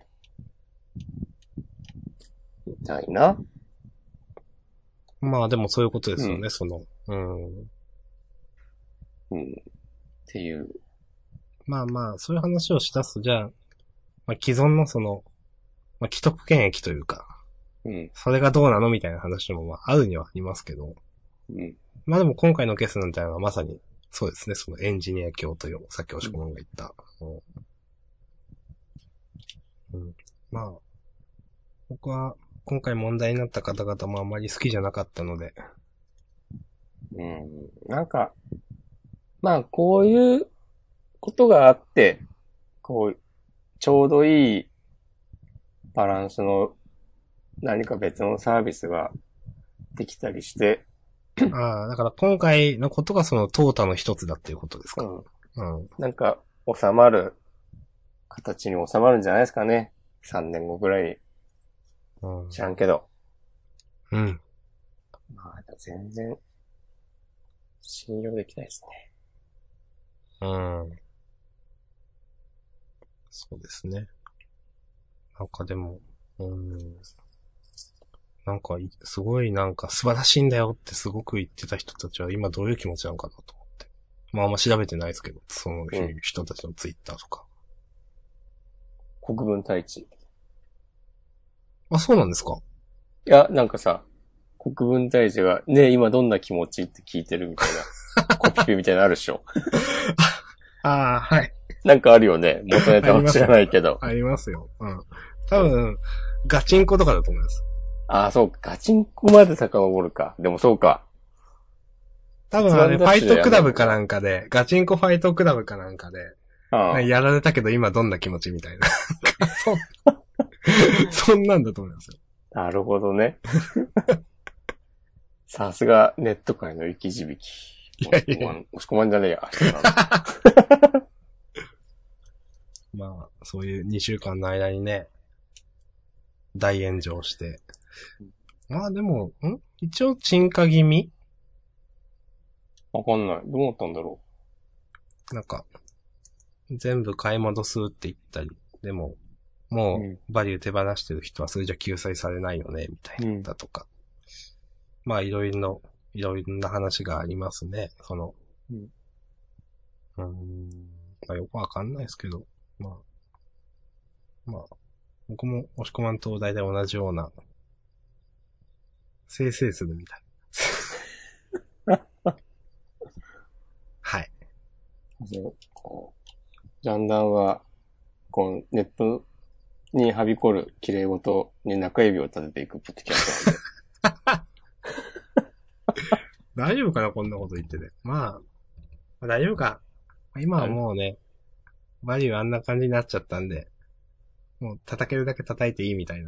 みたいな。 まあでもそういうことでうん。 すよね、その。うん。 うん。っていう。 まあまあ、そういう話をしだすと、じゃあ、まあ既存のその、まあ既得権益というか、 うん。 それがどうなのみたいな話もまああるにはありますけど、 うん。 まあでも今回のケースなんてのはまさに、そうですね、そのエンジニア教という、さっきおしこまんが言った。うん。まあ、僕は今回問題になった方々もあんまり好きじゃなかったので、 うん。なんか、まあ、こういうことがあって、こう、ちょうどいいバランスの何か別のサービスができたりして、 ああ、だから今回のことがその淘汰の一つだっていうことですか。 うん。 うん。 なんか、収まる、形に収まるんじゃないですかね。さんねんごぐらい、 うん。 知らんけど。 うん。 まあ、全然、信用できないですね。 うん。そうですね。なんかでも、うん。なんかい、すごいなんか素晴らしいんだよってすごく言ってた人たちは今どういう気持ちなのかなと思って。まああんま調べてないですけど、そのうん。 人たちのツイッターとか。 国分太一。いあ、そうなんですか？ や、なんかさ、国分太一が、ねえ、今どんな気持ちって聞いてるみたいな、コピペみたいなのあるっしょ。 ああ、はい。 なんかあるよね。元ネありタは知らますよ。 ないけど。 ありますよ。うん。多分、ガチンコとかだと思います。 ああ、そうか。ガチンコまで遡るか。でもそうか。 多分あれ、フ雑談ダッシュでァイトクラブかやんないもんな。 なんかで、ガチンコファイトクラブかなんかで、 ああ。 やられたけど今どんな気持ちみたいな。そん、そんなんだと思いますよ。 なるほどね。さすがネット界の生き字引。 い押やいやいや。 し込まん、押し込まんじゃねえや。明日なんだ。 まあ、そういうにしゅうかんの間にね、大炎上して。まあでも、ん一応沈下気味わかんない。どうなったんだろなんか、全部買い戻すって言ったり、でも、もう。うん。 う、バリュー手放してる人はそれじゃ救済されないよね、みたいな、 うん。 だとか。まあ、いろいろの、いろいろな話がありますね。その、 うん。 うーん、まあよくわかんないですけど、まあ、まあ、僕も押し込まんと大体同じような、生成するみたい。はい。 こうジャンダンは、こう、ネットにはびこる綺麗事に中指を立てていくポッドキャストなんで。 大丈夫かなこんなこと言ってて。まあ、まあ、大丈夫か。今はもうね、バリューあんな感じになっちゃったんで、もう叩けるだけ叩いていいみたいな。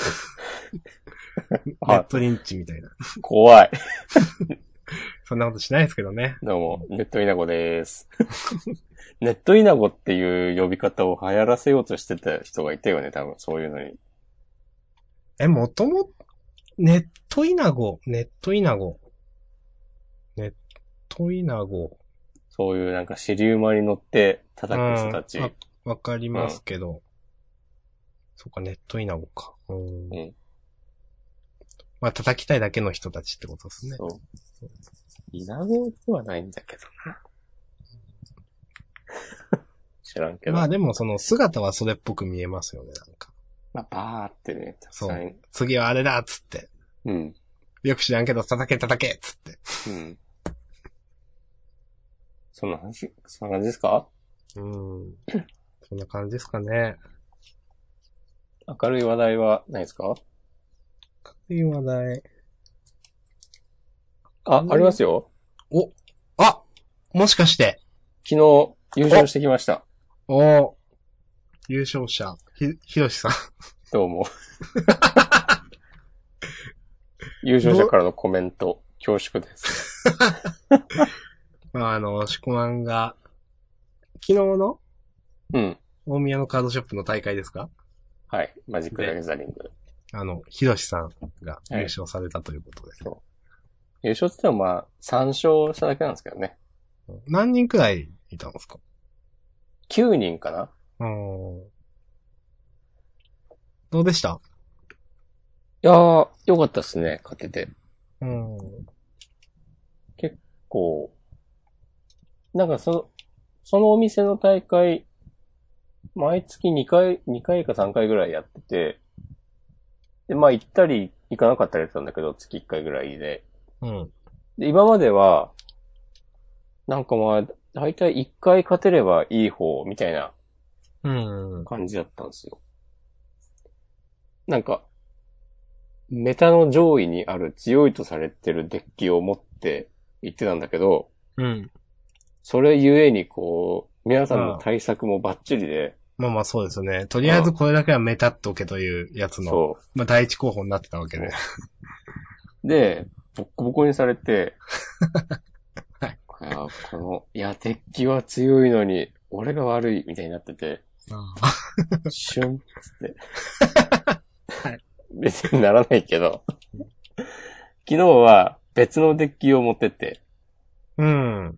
ネットリンチみたいな。 怖い。 そんなことしないですけどね。 どうも、ネットイナゴです。ネットイナゴっていう呼び方を流行らせようとしてた人がいたよね、多分、そういうのに。 え、もとも、ネットイナゴ、ネットイナゴ。ネットイナゴ。 そういうなんか尻馬に乗って叩く人たち。 わ、わかりますけど。うん、そっか、ネットイナゴか。うん。うん、まあ、叩きたいだけの人たちってことですね。そう。 イナゴではないんだけどな。知らんけど。 まあでもその姿はそれっぽく見えますよね、なんか。 まあ、バーってね、たくさん。そう。次はあれだっつって。 うん。 よく知らんけど、叩け叩けっつって。 うん。そんな話、そんな感じですか？ うん。そんな感じですかね。 明るい話題はないですか？明るい話題。 あ、ありますよ。 お、あ、もしかして。 昨日、優勝してきました。 お、お優勝者、ひ、ひろしさん。 どうも。優勝者からのコメント、恐縮です。 まあ、あの、シコマンが、昨日のうん。 大宮のカードショップの大会ですか？ はい。マジック・ザ・ギャザリング。 あの、ひろしさんが優勝されたということで。はい、 そう。優勝って言ってもまあ、さん勝しただけなんですけどね。 何人くらいいたんですか？ きゅうにんかな？ うん。どうでした？ いやー、よかったっすね、勝てて。 うん。 結構、なんかその、そのお店の大会、毎月にかい、にかいかさんかいぐらいやってて、で、まあ行ったり行かなかったりやってたんだけど、月いっかいぐらいで。 うん。 で、今までは、なんかまあ、だいたいいっかい勝てればいい方、みたいな、感じだったんですよ。うん、なんか、メタの上位にある強いとされてるデッキを持って行ってたんだけど、 うん。 それゆえにこう、皆さんの対策もバッチリで。 まあまあそうですよね。とりあえずこれだけはメタっとけというやつの、そうまあ第一候補になってたわけで。 で、ボッコボコにされて、はい、この、いや、デッキは強いのに、俺が悪いみたいになってて、シュンっつって。はい。別にならないけど、昨日は別のデッキを持ってって。 うん。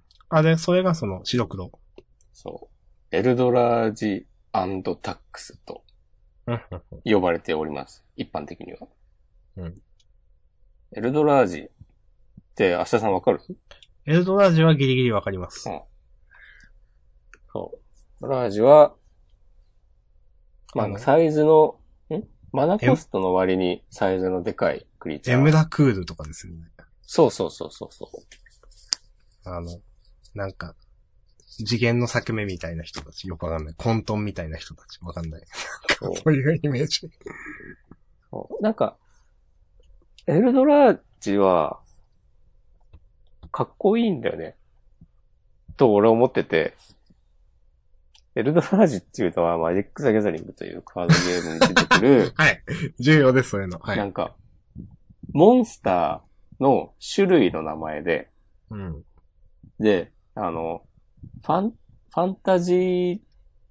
あれ、それがその白黒。 そう。エルドラージ&タックスと呼ばれております。一般的には。うん。エルドラージって明日さんわかる？ エルドラージはギリギリわかります。うん。 そう。エルドラージは、まあ、サイズの、んマナコストの割にサイズのでかいクリーチャー。 エムダクールとかですよね。 そうそうそうそうそう。 あの、なんか、次元の裂け目みたいな人たち、よくわかんない。混沌みたいな人たち、わかんない。そうそういうイメージ。 なんか、エルドラージは、かっこいいんだよね。と俺は思ってて、エルドラージっていうのはマジック・ザ・ギャザリングというカードゲームに出てくる。 はい。重要です、そういうの。はい。 なんか、モンスターの種類の名前で、うん。で、あの、ファン、ファンタジー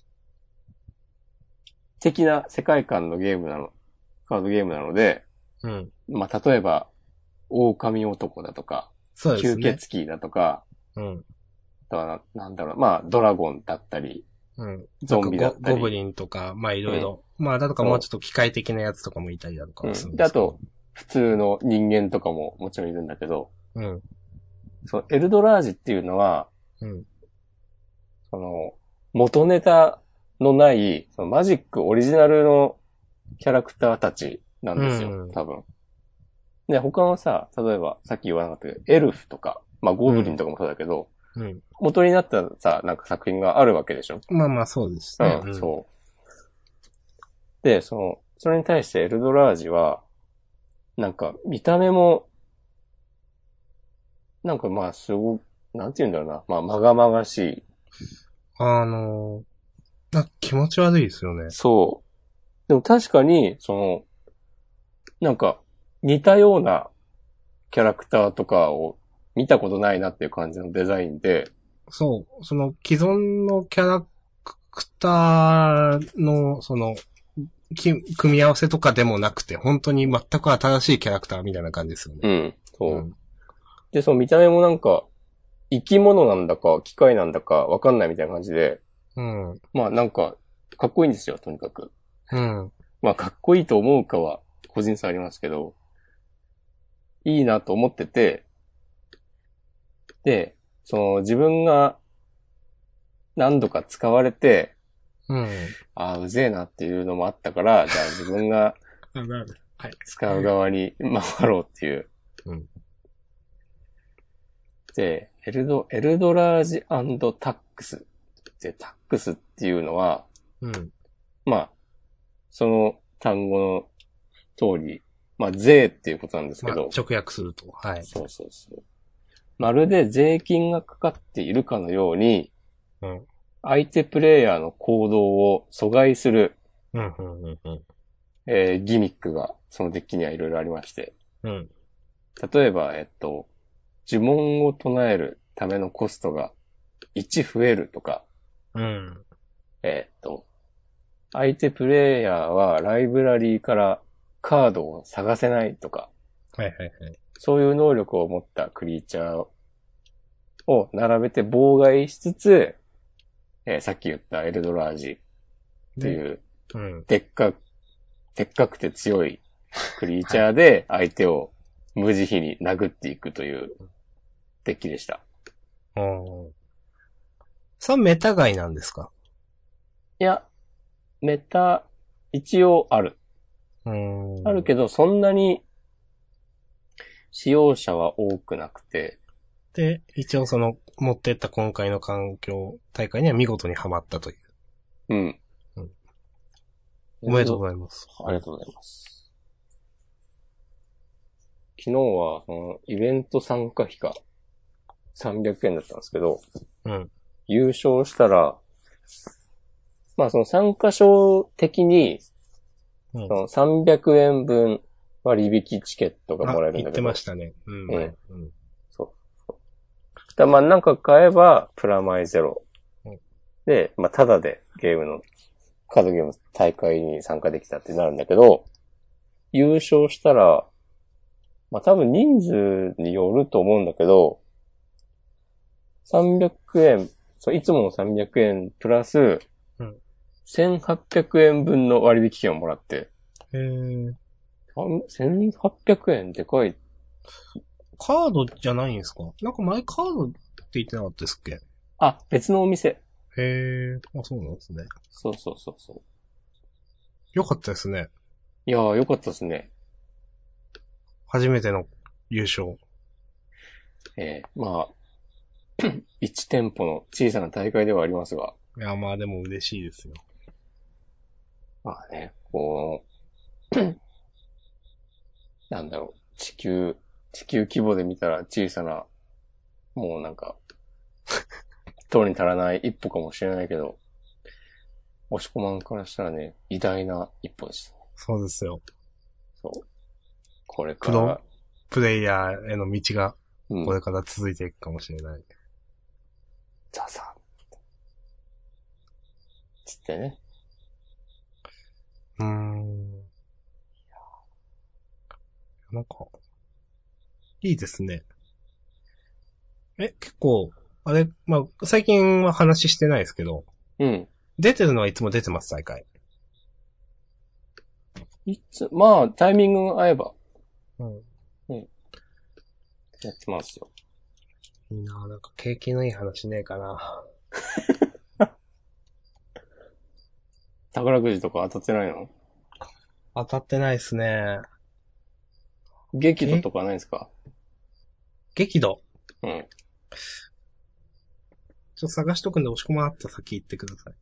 的な世界観のゲームなの、カードゲームなので、うん。まあ、例えば、狼男だとか、そうですね。吸血鬼だとか、うん。だからなんだろう、まあ、ドラゴンだったり、うん。ゾンビだったり。 ゴブリンとか、まあいろいろ。まあ、だとかもうちょっと機械的なやつとかもいたりだとかするんですけど、うん。 で、あと、普通の人間とかももちろんいるんだけど、うん。そのエルドラージっていうのは、うん。その、元ネタのない、そのマジックオリジナルのキャラクターたちなんですよ、うん、多分。で、他のさ、例えばさっき言わなかったけど、エルフとか、まあゴブリンとかもそうだけど、 うん。 元になったさ、なんか作品があるわけでしょ。 まあまあそうですね。 うん、そう。で、その、それに対してエルドラージは、なんか見た目も、なんかまあすごく、なんて言うんだろうな。まあ、まがまがしい。 あのー、なんか気持ち悪いですよね。 そう。でも確かに、その、なんか、似たようなキャラクターとかを見たことないなっていう感じのデザインで、 そう。その既存のキャラクターの、その、き組み合わせとかでもなくて、本当に全く新しいキャラクターみたいな感じですよね。 うん、そう。 うん、 で、その見た目もなんか、生き物なんだか、機械なんだか、わかんないみたいな感じで、 うん。 まあなんか、かっこいいんですよ、とにかく。 うん。 まあかっこいいと思うかは、個人差ありますけど、いいなと思ってて、で、その自分が何度か使われて、 うん。 ああ、うぜえなっていうのもあったから、じゃあ自分がはい。 使う側に回ろうっていう。 うん。 で、エルド、エルドラージタックス。で、タックスっていうのは、 うん。 まあ、その単語の通り、まあ、税っていうことなんですけど、 まあ、直訳すると。はい。 そうそうそう。まるで税金がかかっているかのように、 うん。 相手プレイヤーの行動を阻害する、 うん、うん、うん、うん。 えーギミックがそのデッキにはいろいろありまして。 うん。 例えば、えっと、呪文を唱えるためのコストがいち増えるとか、 うん。 えっと、相手プレイヤーはライブラリーからカードを探せないとか、 はいはいはい。 そういう能力を持ったクリーチャーを並べて妨害しつつ、えーさっき言ったエルドラージっていう、 うん。 でっか、でっかくて強いクリーチャーで相手を無慈悲に殴っていくというデッキでした。 うん。それはメタ外なんですか？ いや、メタ、一応ある。 うーん。 あるけど、そんなに使用者は多くなくて、 で、一応その、持ってった今回の環境大会には見事にはまったという。 うん。 うん、おめでとうございます。 ありがとうございます。昨日は、その、イベント参加費がさんびゃくえんだったんですけど、 うん。 優勝したら、まあその参加賞的に、 うん、 そのさんびゃくえんぶん割引チケットがもらえるんだけど。 言ってましたね。うん。 うん。 うん、 そう。だまあなんか買えば、プラマイゼロ。 うん、 で、まあただでゲームの、カードゲーム大会に参加できたってなるんだけど、優勝したら、まあ多分人数によると思うんだけど、さんびゃくえん、そう、いつものさんびゃくえんプラス、 うん。 せんはっぴゃくえんぶんの割引券をもらって。 へー。 せんはっぴゃくえんでかい。 カードじゃないんですか？なんか前カードって言ってなかったですっけ？ あ、別のお店。 へー。あ、そうなんですね。 そうそうそうそう。 よかったですね。 いやー、よかったですね。 初めての優勝。 えー、まあ、いち店舗の小さな大会ではありますが。 いや、まあでも嬉しいですよ。 まあね、こう、なんだろう、地球、地球規模で見たら小さな、もうなんか、通りに足らない一歩かもしれないけど、押し込まんからしたらね、偉大な一歩でした。 そうですよ。 そう。これプロから、 プレイヤーへの道が、 うん、 これから続いていくかもしれない。 ザザつってね。 うーん。なんか、いいですね。え、結構、あれ、まあ、最近は話してないですけど、 うん。 出てるのはいつも出てます、大会。 いつ、まあ、タイミングが合えば。 うん。 うん。やってますよ。 いいなぁ、なんか景気のいい話ねえかな。 宝くじとか当たってないの？ 当たってないっすね。 激怒とかないですか？ 激怒。 うん。 ちょっと探しとくんで押し込まあった先行ってください。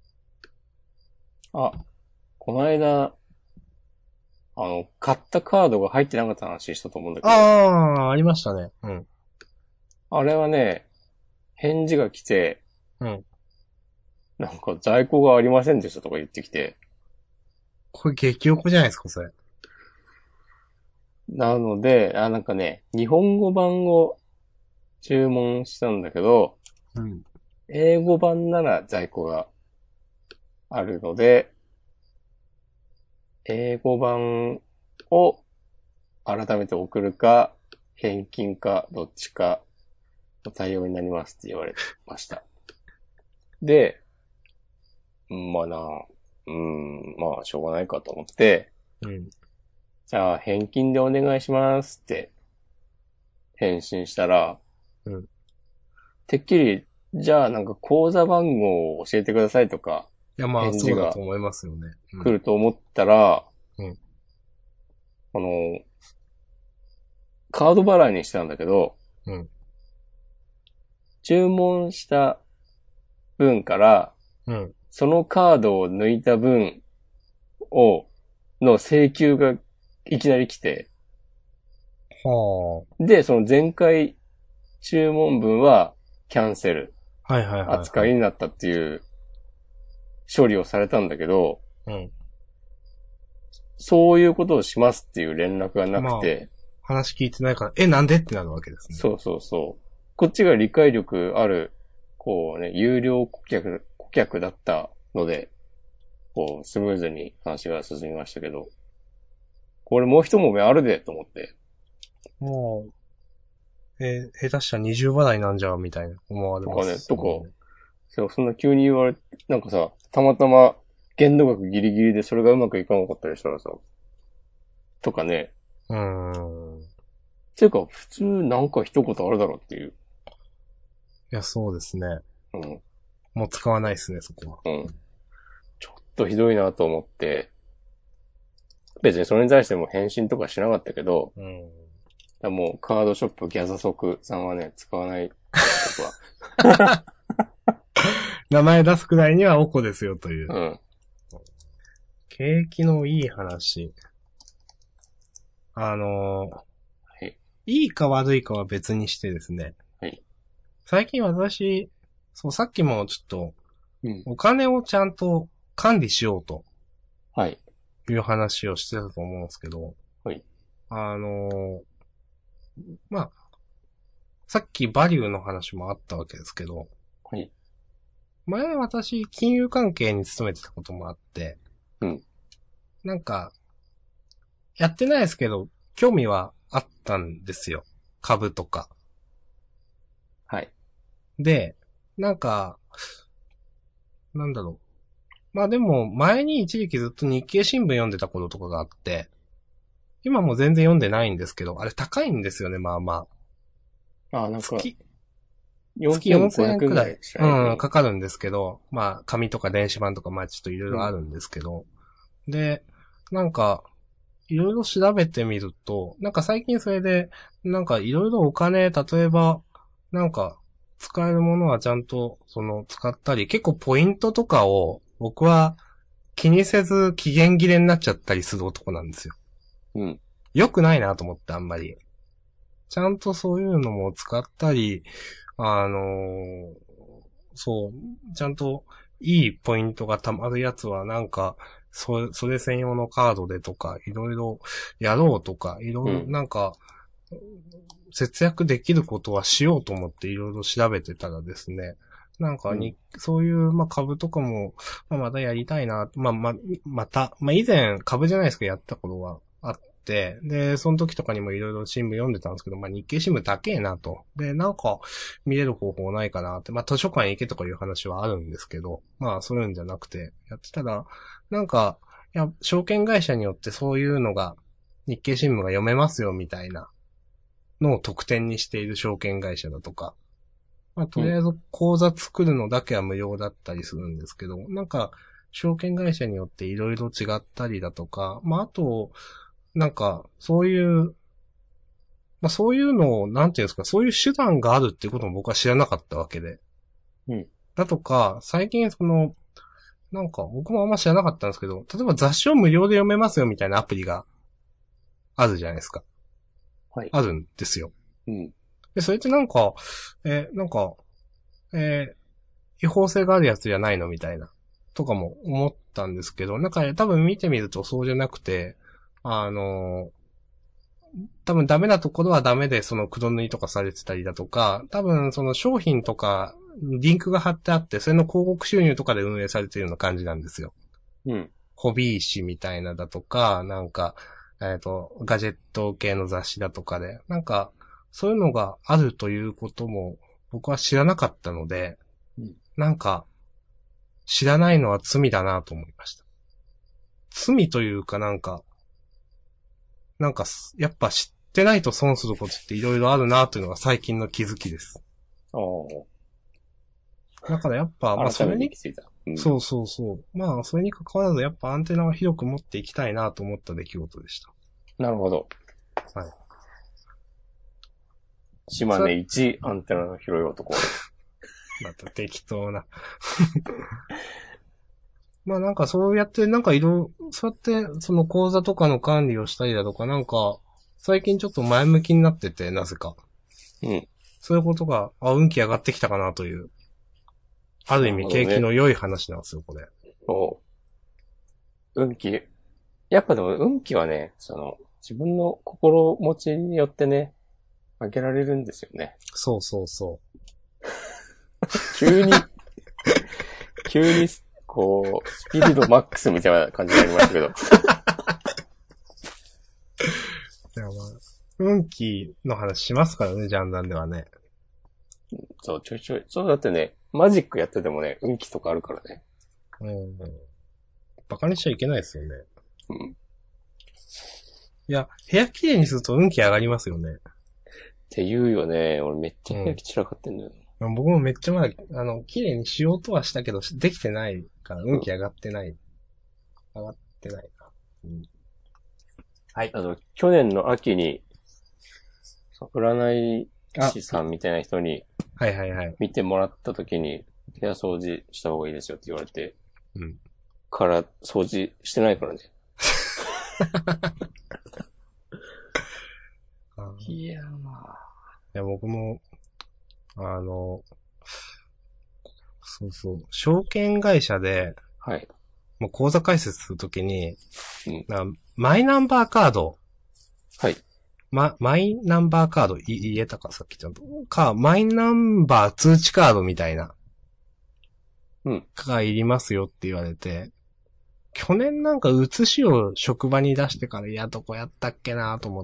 あ、この間、あの、買ったカードが入ってなかった話したと思うんだけど。 ああ、ありましたね。うん。 あれはね、返事が来て、 うん。 なんか在庫がありませんでしたとか言ってきて。 これ激おこじゃないですか、それ。 なので、あ、なんかね、日本語版を注文したんだけど、 うん。 英語版なら在庫があるので、英語版を改めて送るか、返金か、どっちかの対応になりますって言われました。で、まあな、うん、まあしょうがないかと思って、 うん。 じゃあ返金でお願いしますって返信したら、 うん。 てっきり、じゃあなんか口座番号を教えてくださいとか、 いや、まあ、 返事がそうだと思いますよね。うん。 来ると思ったら、 うん。 あの、カード払いにしたんだけど、 うん。 注文した分から、 うん。 そのカードを抜いた分を、の請求がいきなり来て、 はで、その前回注文分はキャンセルあ。はいはいはい、はい。 扱いになったっていう処理をされたんだけど、 うん。 そういうことをしますっていう連絡がなくて、 まあ、話聞いてないから、え、なんでってなるわけですね。 そうそうそう。こっちが理解力ある、こうね、有料顧客、顧客だったので、こう、スムーズに話が進みましたけど、これもう一揉めあるで、と思って。 もう、えー、下手したら二重払いなんじゃ、みたいな思われます、 とかね、とか、そうそんな急に言われ、なんかさ、たまたま限度額ギリギリでそれがうまくいかなかったりしたらさ、とかね。 うーん。 ていうか、普通なんか一言あるだろうっていう。 いや、そうですね。 うん。 もう使わないですね、そこは。 うん。ちょっとひどいなと思って、別にそれに対しても返信とかしなかったけど、 うん。 もうカードショップギャザソクさんはね、使わない僕は。 名前出すくらいにはおこですよという。 うん。 景気のいい話。あのー、 はい。 いいか悪いかは別にしてですね。 はい。 最近私、そう、さっきもちょっと、 うん。 お金をちゃんと管理しようと。 はい。 いう話をしてたと思うんですけど。 はい。 あのー、まあ、さっきバリューの話もあったわけですけど。 はい。 前私、金融関係に勤めてたこともあって。 うん。 なんか、やってないですけど、興味はあったんですよ。株とか。 はい。 で、なんか、なんだろう。まあでも、前に一時期ずっと日経新聞読んでたこととかがあって、今もう全然読んでないんですけど、あれ高いんですよね、まあまあ、 あ。 なんか、 月、月 4500 よんせんえんくらい、 しかない。 うん、かかるんですけど、まあ、紙とか電子版とか、まあちょっといろいろあるんですけど、うん、で、なんか、いろいろ調べてみると、なんか最近それで、なんかいろいろお金、例えば、なんか、使えるものはちゃんと、その、使ったり、結構ポイントとかを、僕は気にせず期限切れになっちゃったりする男なんですよ。 うん。 良くないなと思って、あんまり。ちゃんとそういうのも使ったり、あのー、そう、ちゃんといいポイントが貯まるやつはなんか、そ、それ専用のカードでとか、いろいろやろうとか、いろいろなんか、節約できることはしようと思っていろいろ調べてたらですね、なんかに、うん、そういう、まあ、株とかも、まあ、またやりたいな、まあ、ま、また、まあ、以前株じゃないですけどやったことはあって、で、その時とかにもいろいろ新聞読んでたんですけど、まあ、日経新聞だけなと。で、なんか、見れる方法ないかなって、まあ、図書館行けとかいう話はあるんですけど、まあ、そういうんじゃなくて、やってたら、なんか、いや、証券会社によってそういうのが、日経新聞が読めますよ、みたいなのを特典にしている証券会社だとか、まあ、とりあえず口座作るのだけは無料だったりするんですけど、なんか、証券会社によっていろいろ違ったりだとか、まあ、あと、なんか、そういう、まあ、そういうのを、なんていうんですか、そういう手段があるっていうことも僕は知らなかったわけで。 うん。 だとか、最近その、なんか僕もあんま知らなかったんですけど、例えば雑誌を無料で読めますよみたいなアプリがあるじゃないですか。 はい。 あるんですよ。 うん。 で、それってなんか、えーなんか、えー違法性があるやつじゃないのみたいな、とかも思ったんですけど、なんか多分見てみるとそうじゃなくて、あのー多分ダメなところはダメでその黒塗りとかされてたりだとか、多分その商品とか、リンクが貼ってあって、それの広告収入とかで運営されてるような感じなんですよ。 うん。 ホビー誌みたいなだとか、なんか、えっと、ガジェット系の雑誌だとかで、なんか、そういうのがあるということも僕は知らなかったので、 うん。 なんか、知らないのは罪だなと思いました。罪というかなんか、なんかす、やっぱ知ってないと損することっていろいろあるなというのが最近の気づきです。 おー。 だからやっぱ、まあそ改めれに、 て気づいた。うん。 そうそうそう。まあそれに関わらずやっぱアンテナを広く持っていきたいなと思った出来事でしなるほど。 た。はい。 島根一アンテナの広い男。 また適当な。まあなんかそうやってなんかいろ、そうやってその講座とかの管理をしたりだとかなんか、最近ちょっと前向きになってて、なぜか。 うん。 そういうことが、あ、運気上がってきたかなという、ある意味景気なるほどね。 の良い話なんですよ、これ。 お運気。やっぱでも運気はね、その、自分の心持ちによってね、上げられるんですよね。 そうそうそ急に、急に、こう、スピリッドマックスみたいな感じになりましたけど。 う。いやまあ、運気の話しますからね、ジャンダンではね。 そう、ちょいちょい。そうだってね、マジックやっててもね、運気とかあるからね。 うん。バカにしちゃいけないですよね。 うん。っいや、部屋綺麗にすると運気上がりますよね。 て言うよね。俺めっちゃうん。 部屋散らかってんだよ。 僕もめっちゃまだ、あの、綺麗にしようとはしたけど、できてないから運気上がってない。上がってないな。うん、はい。 あの、去年の秋に、そう占いあ、 師さんみたいな人にはいはいはい。 見てもらった時に、部屋掃除した方がいいですよって言われて、 うん。 から掃除してないからね。 あいやーまあ。 いや、僕も、あの、そうそう、証券会社で、 はい。 もう口座開設するときに、 うん。 なマイナンバーカード、 はい。 ま、マイナンバーカード、い言えたか、さっきちゃんと。か、マイナンバー通知カードみたいな、 うん。 がいりますよって言われて、去年なんか写しを職場に出してから、いや、どこやったっけなと思って、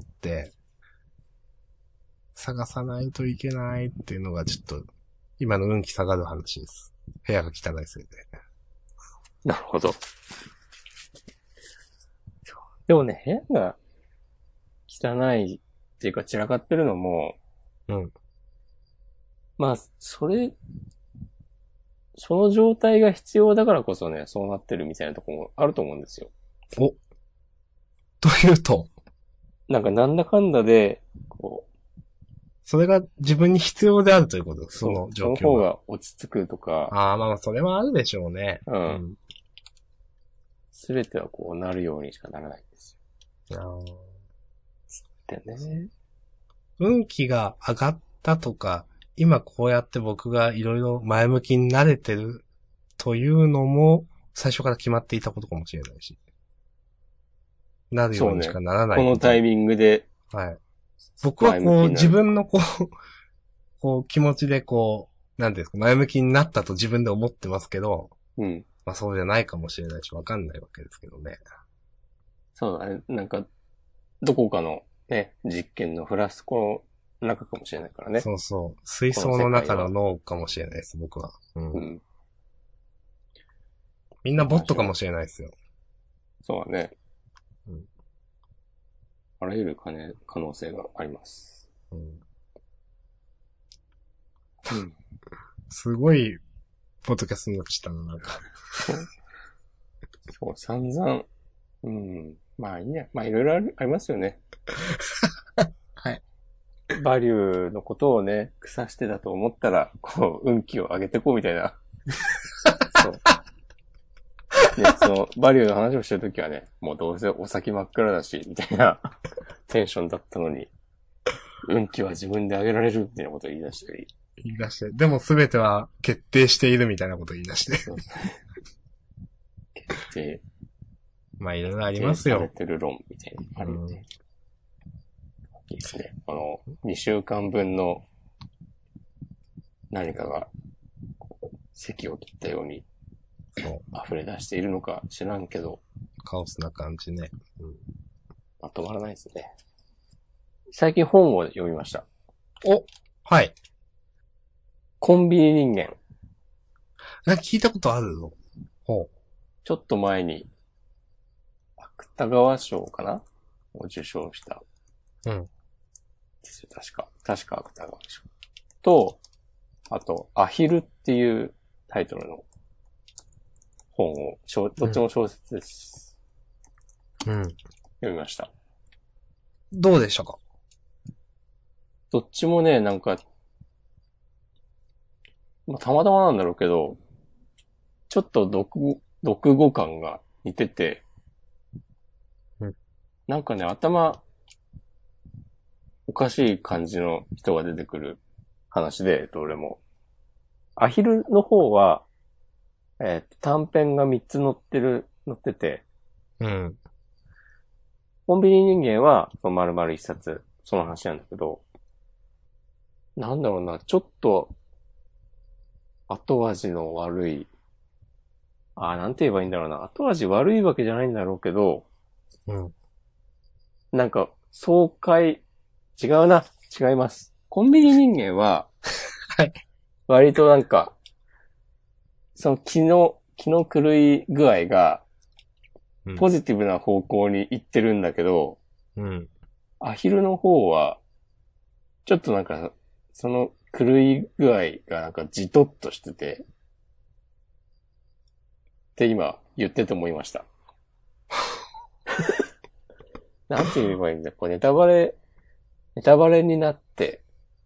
探さないといけないっていうのがちょっと、今の運気下がる話です。部屋が汚いせいで。 なるほど。でもね、部屋が汚いっていうか散らかってるのも、 うん。 まあ、それ、その状態が必要だからこそね、そうなってるみたいなところもあると思うんですよ。 お、というと、 なんかなんだかんだで、こそれが自分に必要であるということでう、 す、そのそう、そ状況が。 の方が落ち着くとか、 ああ、まあまあ、それはあるでしょうね。 うん。すべてはこうなるようにしかならないんですうん。あーよ。でね。 運気が上がったとか、今こうやって僕がいろいろ前向きになれてるというのも、最初から決まっていたことかもしれないし。なるよそうね。 うにしかならないこと。 このタイミングではい。僕はこう、 前向きになる自分のこう、こう気持ちでこう、なんていうんですか、前向きになったと自分で思ってますけど、 うん。 まあそうじゃないかもしれないし、わかんないわけですけどね。 そうだね。なんか、どこかのね、実験のフラスコの中かもしれないからね。 そうそう。水槽の中の脳かもしれないです、僕は。うん。 うん。 みんなボットかもしれないですよ。 そうだね。 うん。 あらゆる可能可能性があります。 うん。 うん。 すごい、ポッドキャストになっちゃったな、なんか。 そう、散々。うん。まあいいや。まあいろいろあるありますよね。 はい。 バリューのことをね、腐してたと思ったら、こう、運気を上げてこうみたいな。そう。ね、その、バリューの話をしてるときはね、もうどうせお先真っ暗だし、みたいなテンションだったのに、運気は自分で上げられるみたいなことを言い出したり。 言い出して。でも全ては決定しているみたいなことを言い出して。 決定。 まあいろいろありますよ。 決定されてる論みたいなのあるよね。いいですね。この、にしゅうかんぶんの何かが、席を切ったように、溢れ出しているのか知らんけど。 カオスな感じね。うん、 まとまらないですね。最近本を読みました。 お、はい。 コンビニ人間。 なんか聞いたことあるの？ほう。 ちょっと前に、芥川賞かなを受賞した。 うん。 ですよ、確か。確か芥川賞。と、あと、アヒルっていうタイトルの本を、どっちも小説です。 うん。 読みました。 どうでしたか？ どっちもね、なんか、まあ、たまたまなんだろうけど、ちょっと読、読語感が似てて、 うん、 なんかね、頭、おかしい感じの人が出てくる話で、どれも。アヒルの方は、えー、短編がみっつ載ってる、載ってて、 うん。 コンビニ人間は、その丸々一冊、その話なんだけど、なんだろうな、ちょっと、後味の悪い、あー、なんて言えばいいんだろうな、後味悪いわけじゃないんだろうけど、 うん。 なんか、爽快、違うな、違います。コンビニ人間は、 はい。 割となんか、その気の、気の狂い具合が、ポジティブな方向に行ってるんだけど、 うん。 アヒルの方は、ちょっとなんか、その狂い具合がなんかじとっとしてて、って今言ってて思いました。なんて言えばいいんだ、こうネタバレ、ネタバレになって、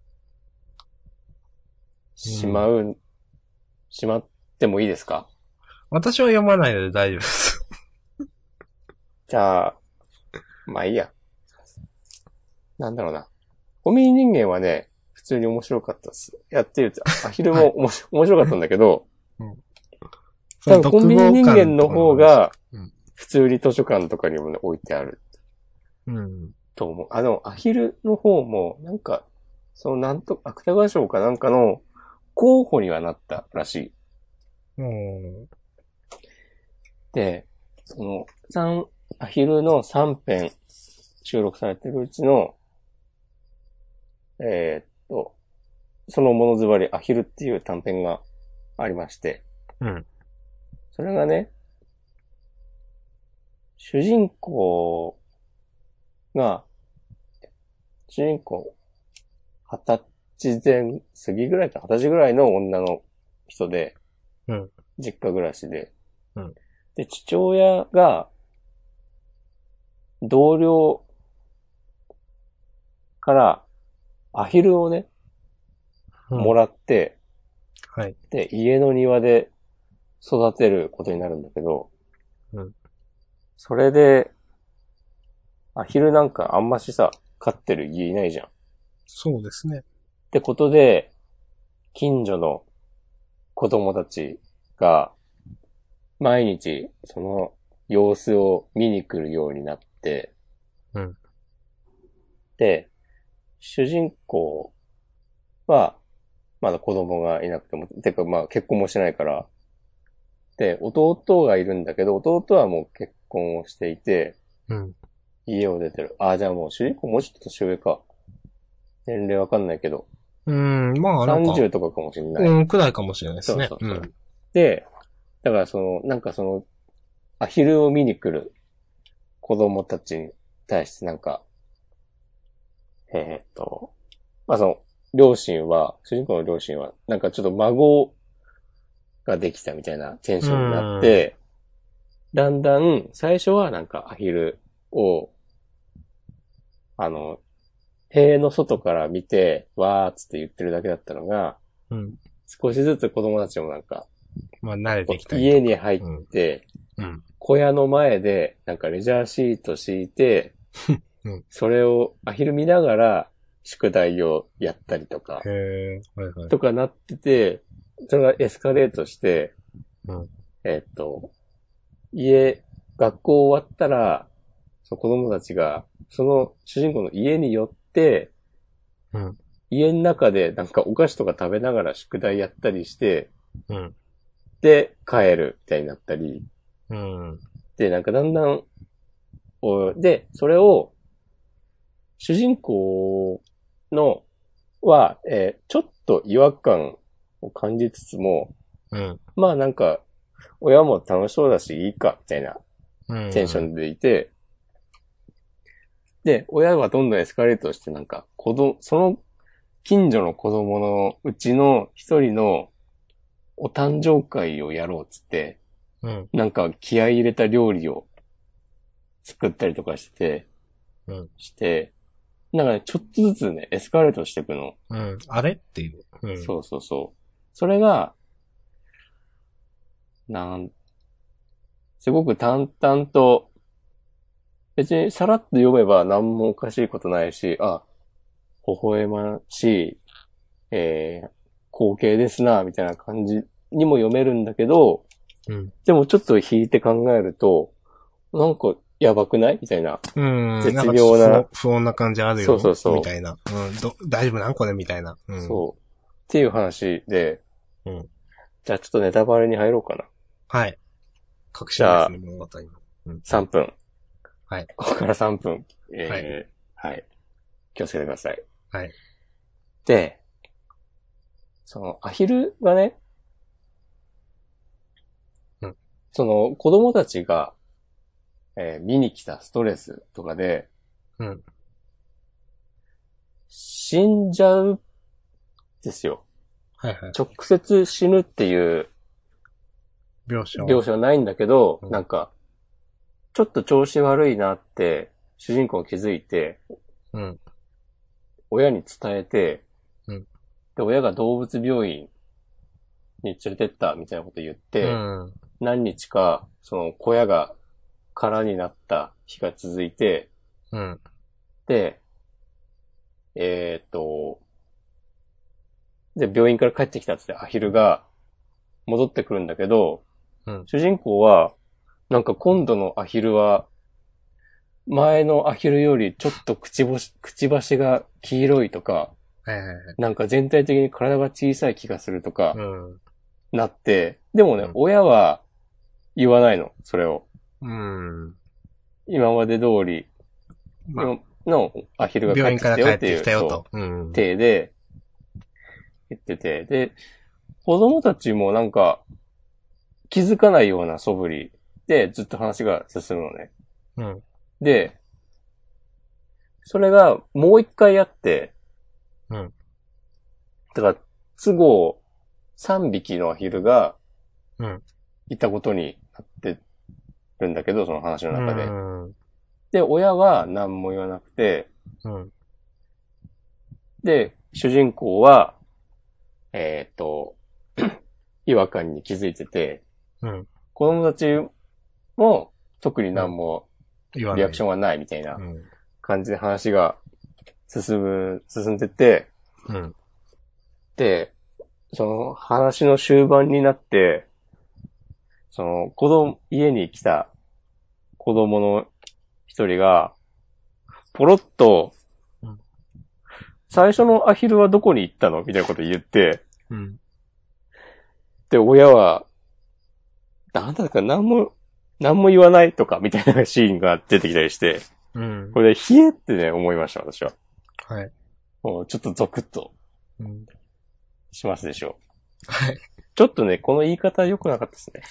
しまう、うん、しまってもいいですか？ 私は読まないので大丈夫です。 じゃあ、まあいいや。なんだろうな。コンビニ人間はね、普通に面白かったです。やってると、アヒルも面白、面白かったんだけど、うん、多分コンビニ人間の方が、普通に図書館とかにも、ね、置いてある。 うん。 と思う。あの、アヒルの方も、なんか、そのなんと、芥川賞かなんかの候補にはなったらしい。 うん、 で、その、三、アヒルのさんぺん収録されてるうちの、えー、っと、そのものずばりアヒルっていう短編がありまして、 うん。 それがね、主人公が、主人公、二十歳前過ぎぐらいか、二十歳ぐらいの女の人で、 うん、 実家暮らしで、 うん、 で、父親が、同僚から、アヒルをね、うん、もらって、 はい。 で、家の庭で育てることになるんだけど、 うん、 それで、アヒルなんかあんましさ、飼ってる家いないじゃん。 そうですね。 ってことで、近所の子供たちが、毎日その様子を見に来るようになって、 うん、 で、主人公は、まだ子供がいなくても、てかまあ結婚もしてないから、で、弟がいるんだけど、弟はもう結婚をしていて、 うん、 家を出てる。ああ、じゃあもう主人公もうちょっと年上か。年齢わかんないけど。 うん、まあなんか。 さんじゅうとかかもしれない。 うん、くらいかもしれないですね。 そうそうそう。うん、で、だからその、なんかその、アヒルを見に来る子供たちに対してなんか、えー、っと、まあその、両親は、主人公の両親は、なんかちょっと孫ができたみたいなテンションになって、だんだん、最初はなんかアヒルを、あの、 塀の外から見て、わーっつって言ってるだけだったのが、 うん。 少しずつ子供たちもなんか、 まあ慣れてきたりとか。 家に入って、 うん。うん、 小屋の前で、なんかレジャーシート敷いて、うん、それをアヒル見ながら、宿題をやったりとか、 へー、はいはい。 とかなってて、それがエスカレートして、 うん、 えっと、家、学校終わったら、その子供たちが、その主人公の家に寄って、 うん、 家の中でなんかお菓子とか食べながら宿題やったりして、 うん、 で、帰るみたいになったり、 うん、 で、なんかだんだん、おで、それを、主人公の、は、えーちょっと違和感を感じつつも、 うん、 まあなんか、親も楽しそうだしいいか、みたいなうん。 テンションでいて、で、親はどんどんエスカレートしてなんか、子供、その近所の子供のうちの一人のお誕生会をやろうっつって、 うん、 なんか気合い入れた料理を作ったりとかしてて、 うん、 して、なんかね、ちょっとずつね、エスカレートしていくの。 うん。あれっていう。うん、 そうそうそう。それが、なん、すごく淡々と、別にさらっと読めば何もおかしいことないし、あ、微笑ましい、えー、光景ですな、みたいな感じにも読めるんだけど、 うん。 でもちょっと引いて考えると、なんかやばくないみたいな。 うん。 絶妙な。 なんか不穏な感じあるよ。 そうそうそう。 みたいな。うん。ど、大丈夫なんこれみたいな。うん。 そう。っていう話で、 うん。 じゃあちょっとネタバレに入ろうかな。 はい。確信ですね、物語の。 うん。さんぷん。 はい。 ここからさんぷん。えー、はい。はい。気をつけてください。 はい。 で、その、アヒルがね、 うん。 その、子供たちが、えー見に来たストレスとかで、 うん。 死んじゃうですよ。 はいはい。 直接死ぬっていう描写は。 描写はないんだけど、 うんなんか、ちょっと調子悪いなって、主人公が気づいて、 うん。 親に伝えて、 うん。 で、親が動物病院に連れてったみたいなこと言っうて、 ん。 何日か、その小屋が空になった日が続いて、 うん。 で、えーっと、で、病院から帰ってきたっつってアヒルが戻ってくるんだけど、 うん。 主人公は、なんか今度のアヒルは、前のアヒルよりちょっとくちばし、くちばしが黄色いとか、 はいはいはい。 なんか全体的に体が小さい気がするとか、 うん。 なって、でもね、 うん、 親は言わないの、それを。 うん。 今まで通り、 まあ、 のアヒルが帰病院ってきたよっていう、 から帰ってきたよと。 そううん。 体で言ってて、で、子供たちもなんか気づかないような素振りでずっと話が進むのね。 うん。 で、それがもう一回やって、 うん。 だから都合さんびきのアヒルがうん。 いたことになってるんだけど、その話の中で。 うん。 で、親は何も言わなくて、 うん。 で、主人公は、えっと、違和感に気づいてて、 うん。 子供たちも特に何も言わない。 リアクションはないみたいなうん。 感じで話が進む、進んでて、 うん。 で、その話の終盤になって、その子供、家に来た子供の一人が、ポロッと、 うん最初のアヒルはどこに行ったのみたいなこと言って、 うん。 で、親は、なんだか何も、何も言わないとか、みたいなシーンが出てきたりして、 うん。 これで、冷えってね、思いました、私は。 はい。 もうちょっとゾクッとうん。 しますでしょう。 はい。 ちょっとね、この言い方良くなかったですね。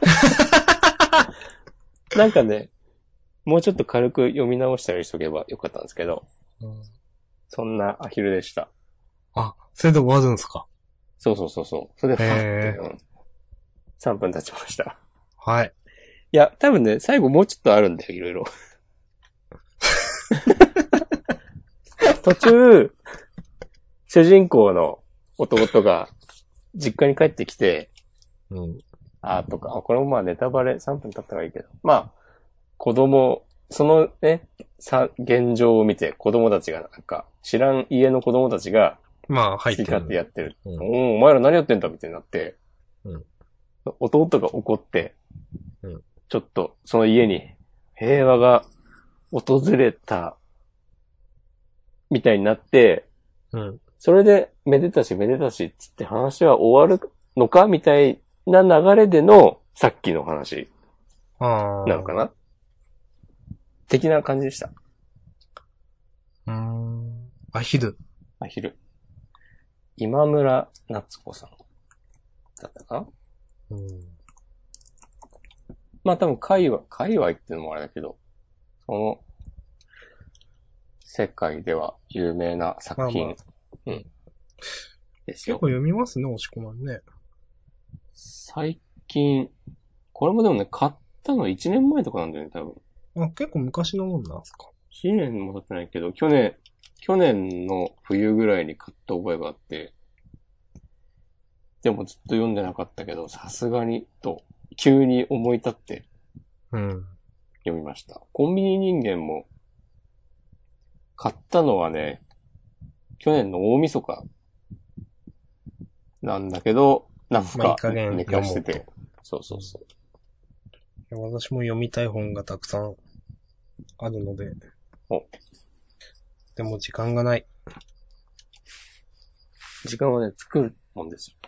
なんかね、もうちょっと軽く読み直したりしとけばよかったんですけど、 うん、 そんなアヒルでした。 あ、それで終わるんですか？ そうそうそうそう。それで、ファへって、うん、さんぷん経ちました。 はい。 いや、多分ね、最後もうちょっとあるんだよ、いろいろ。 途中、主人公の弟が実家に帰ってきて、 うん。 あーとか、あ、これもまあネタバレさんぷん経ったからいいけど、まあ、子供、そのね、さ、現状を見て子供たちがなんか、知らん家の子供たちが、 まあ、入好きってる。 勝手やってる。 うんおーお前ら何やってんだみたいになって、 うん。 弟が怒って、 うん。 ちょっとその家に平和が訪れたみたいになって、 うん。 それでめでたしめでたしっつって話は終わるのかみたいな流れでのさっきの話ああ。 なのかな的な感じでした。 うーん。アヒル。 アヒル。今村夏子さんだったかな。 うん。 まあ多分界隈、界隈っていうのもあれだけど、その、世界では有名な作品。 まあまあ、 うん。です結よ。 構読みますね、押し込まんね。 最近、これもでもね、買ったのいちねんまえとかなんだよね、多分。 あ、結構昔のもんなんすか。 いちねんも経ってないけど、去年、去年の冬ぐらいに買った覚えがあって、でもずっと読んでなかったけど、さすがに、と、急に思い立ってうん。 読みました。コンビニ人間も、買ったのはね、去年の大晦日なんだけど、なんまあ、いいか加減寝読もうと。 かしてて。そうそうそう。 いや私も読みたい本がたくさんあるので。 おでも時間がない。 時間はね、作るもんですよ。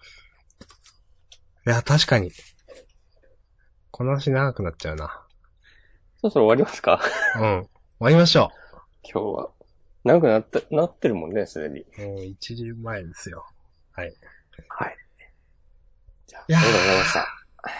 いや、確かに。この話長くなっちゃうな。 そろそろ終わりますかうん。終わりましょ今日は。長くなった、なってるもんね、すでに。 う。もういちじまえですよ。はい。 はい。じゃあ、 いやーありがとうございました。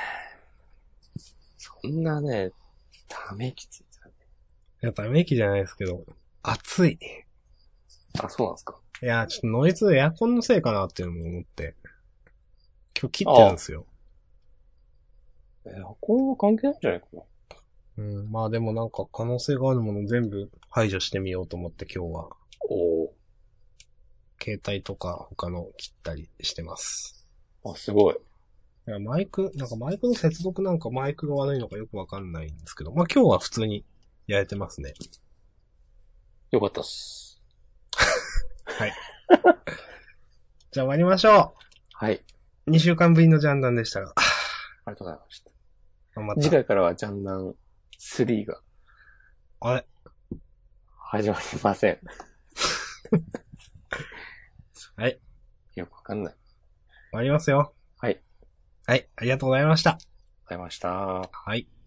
そんなね、ため息ついてたね。 いや、ため息じゃないですけど、暑い。 あ、そうなんですか。 いや、ちょっとノイズエアコンのせいかなっていうのも思って。今日切ってるんですよ。 エアコンは関係ないんじゃないかな。 うん。まあでもなんか可能性があるもの全部排除してみようと思って今日は。 おー。 携帯とか他の切ったりしてます。 あ、すごい。 いやマイク、なんかマイクの接続なんかマイクが悪いのかよくわかんないんですけど、まあ今日は普通にやれてますね。 よかったっす。 はい。じゃあ終わりましょはい。 う。にしゅうかんぶりのジャンダンでしたが。 ありがとうございました。 また次回からはジャンダンスリーがあれ始まりません。 はい。 よくわかんない。 終わりますよ。 はい。 はい。ありがとうございました。 ありがとうございました。 はい。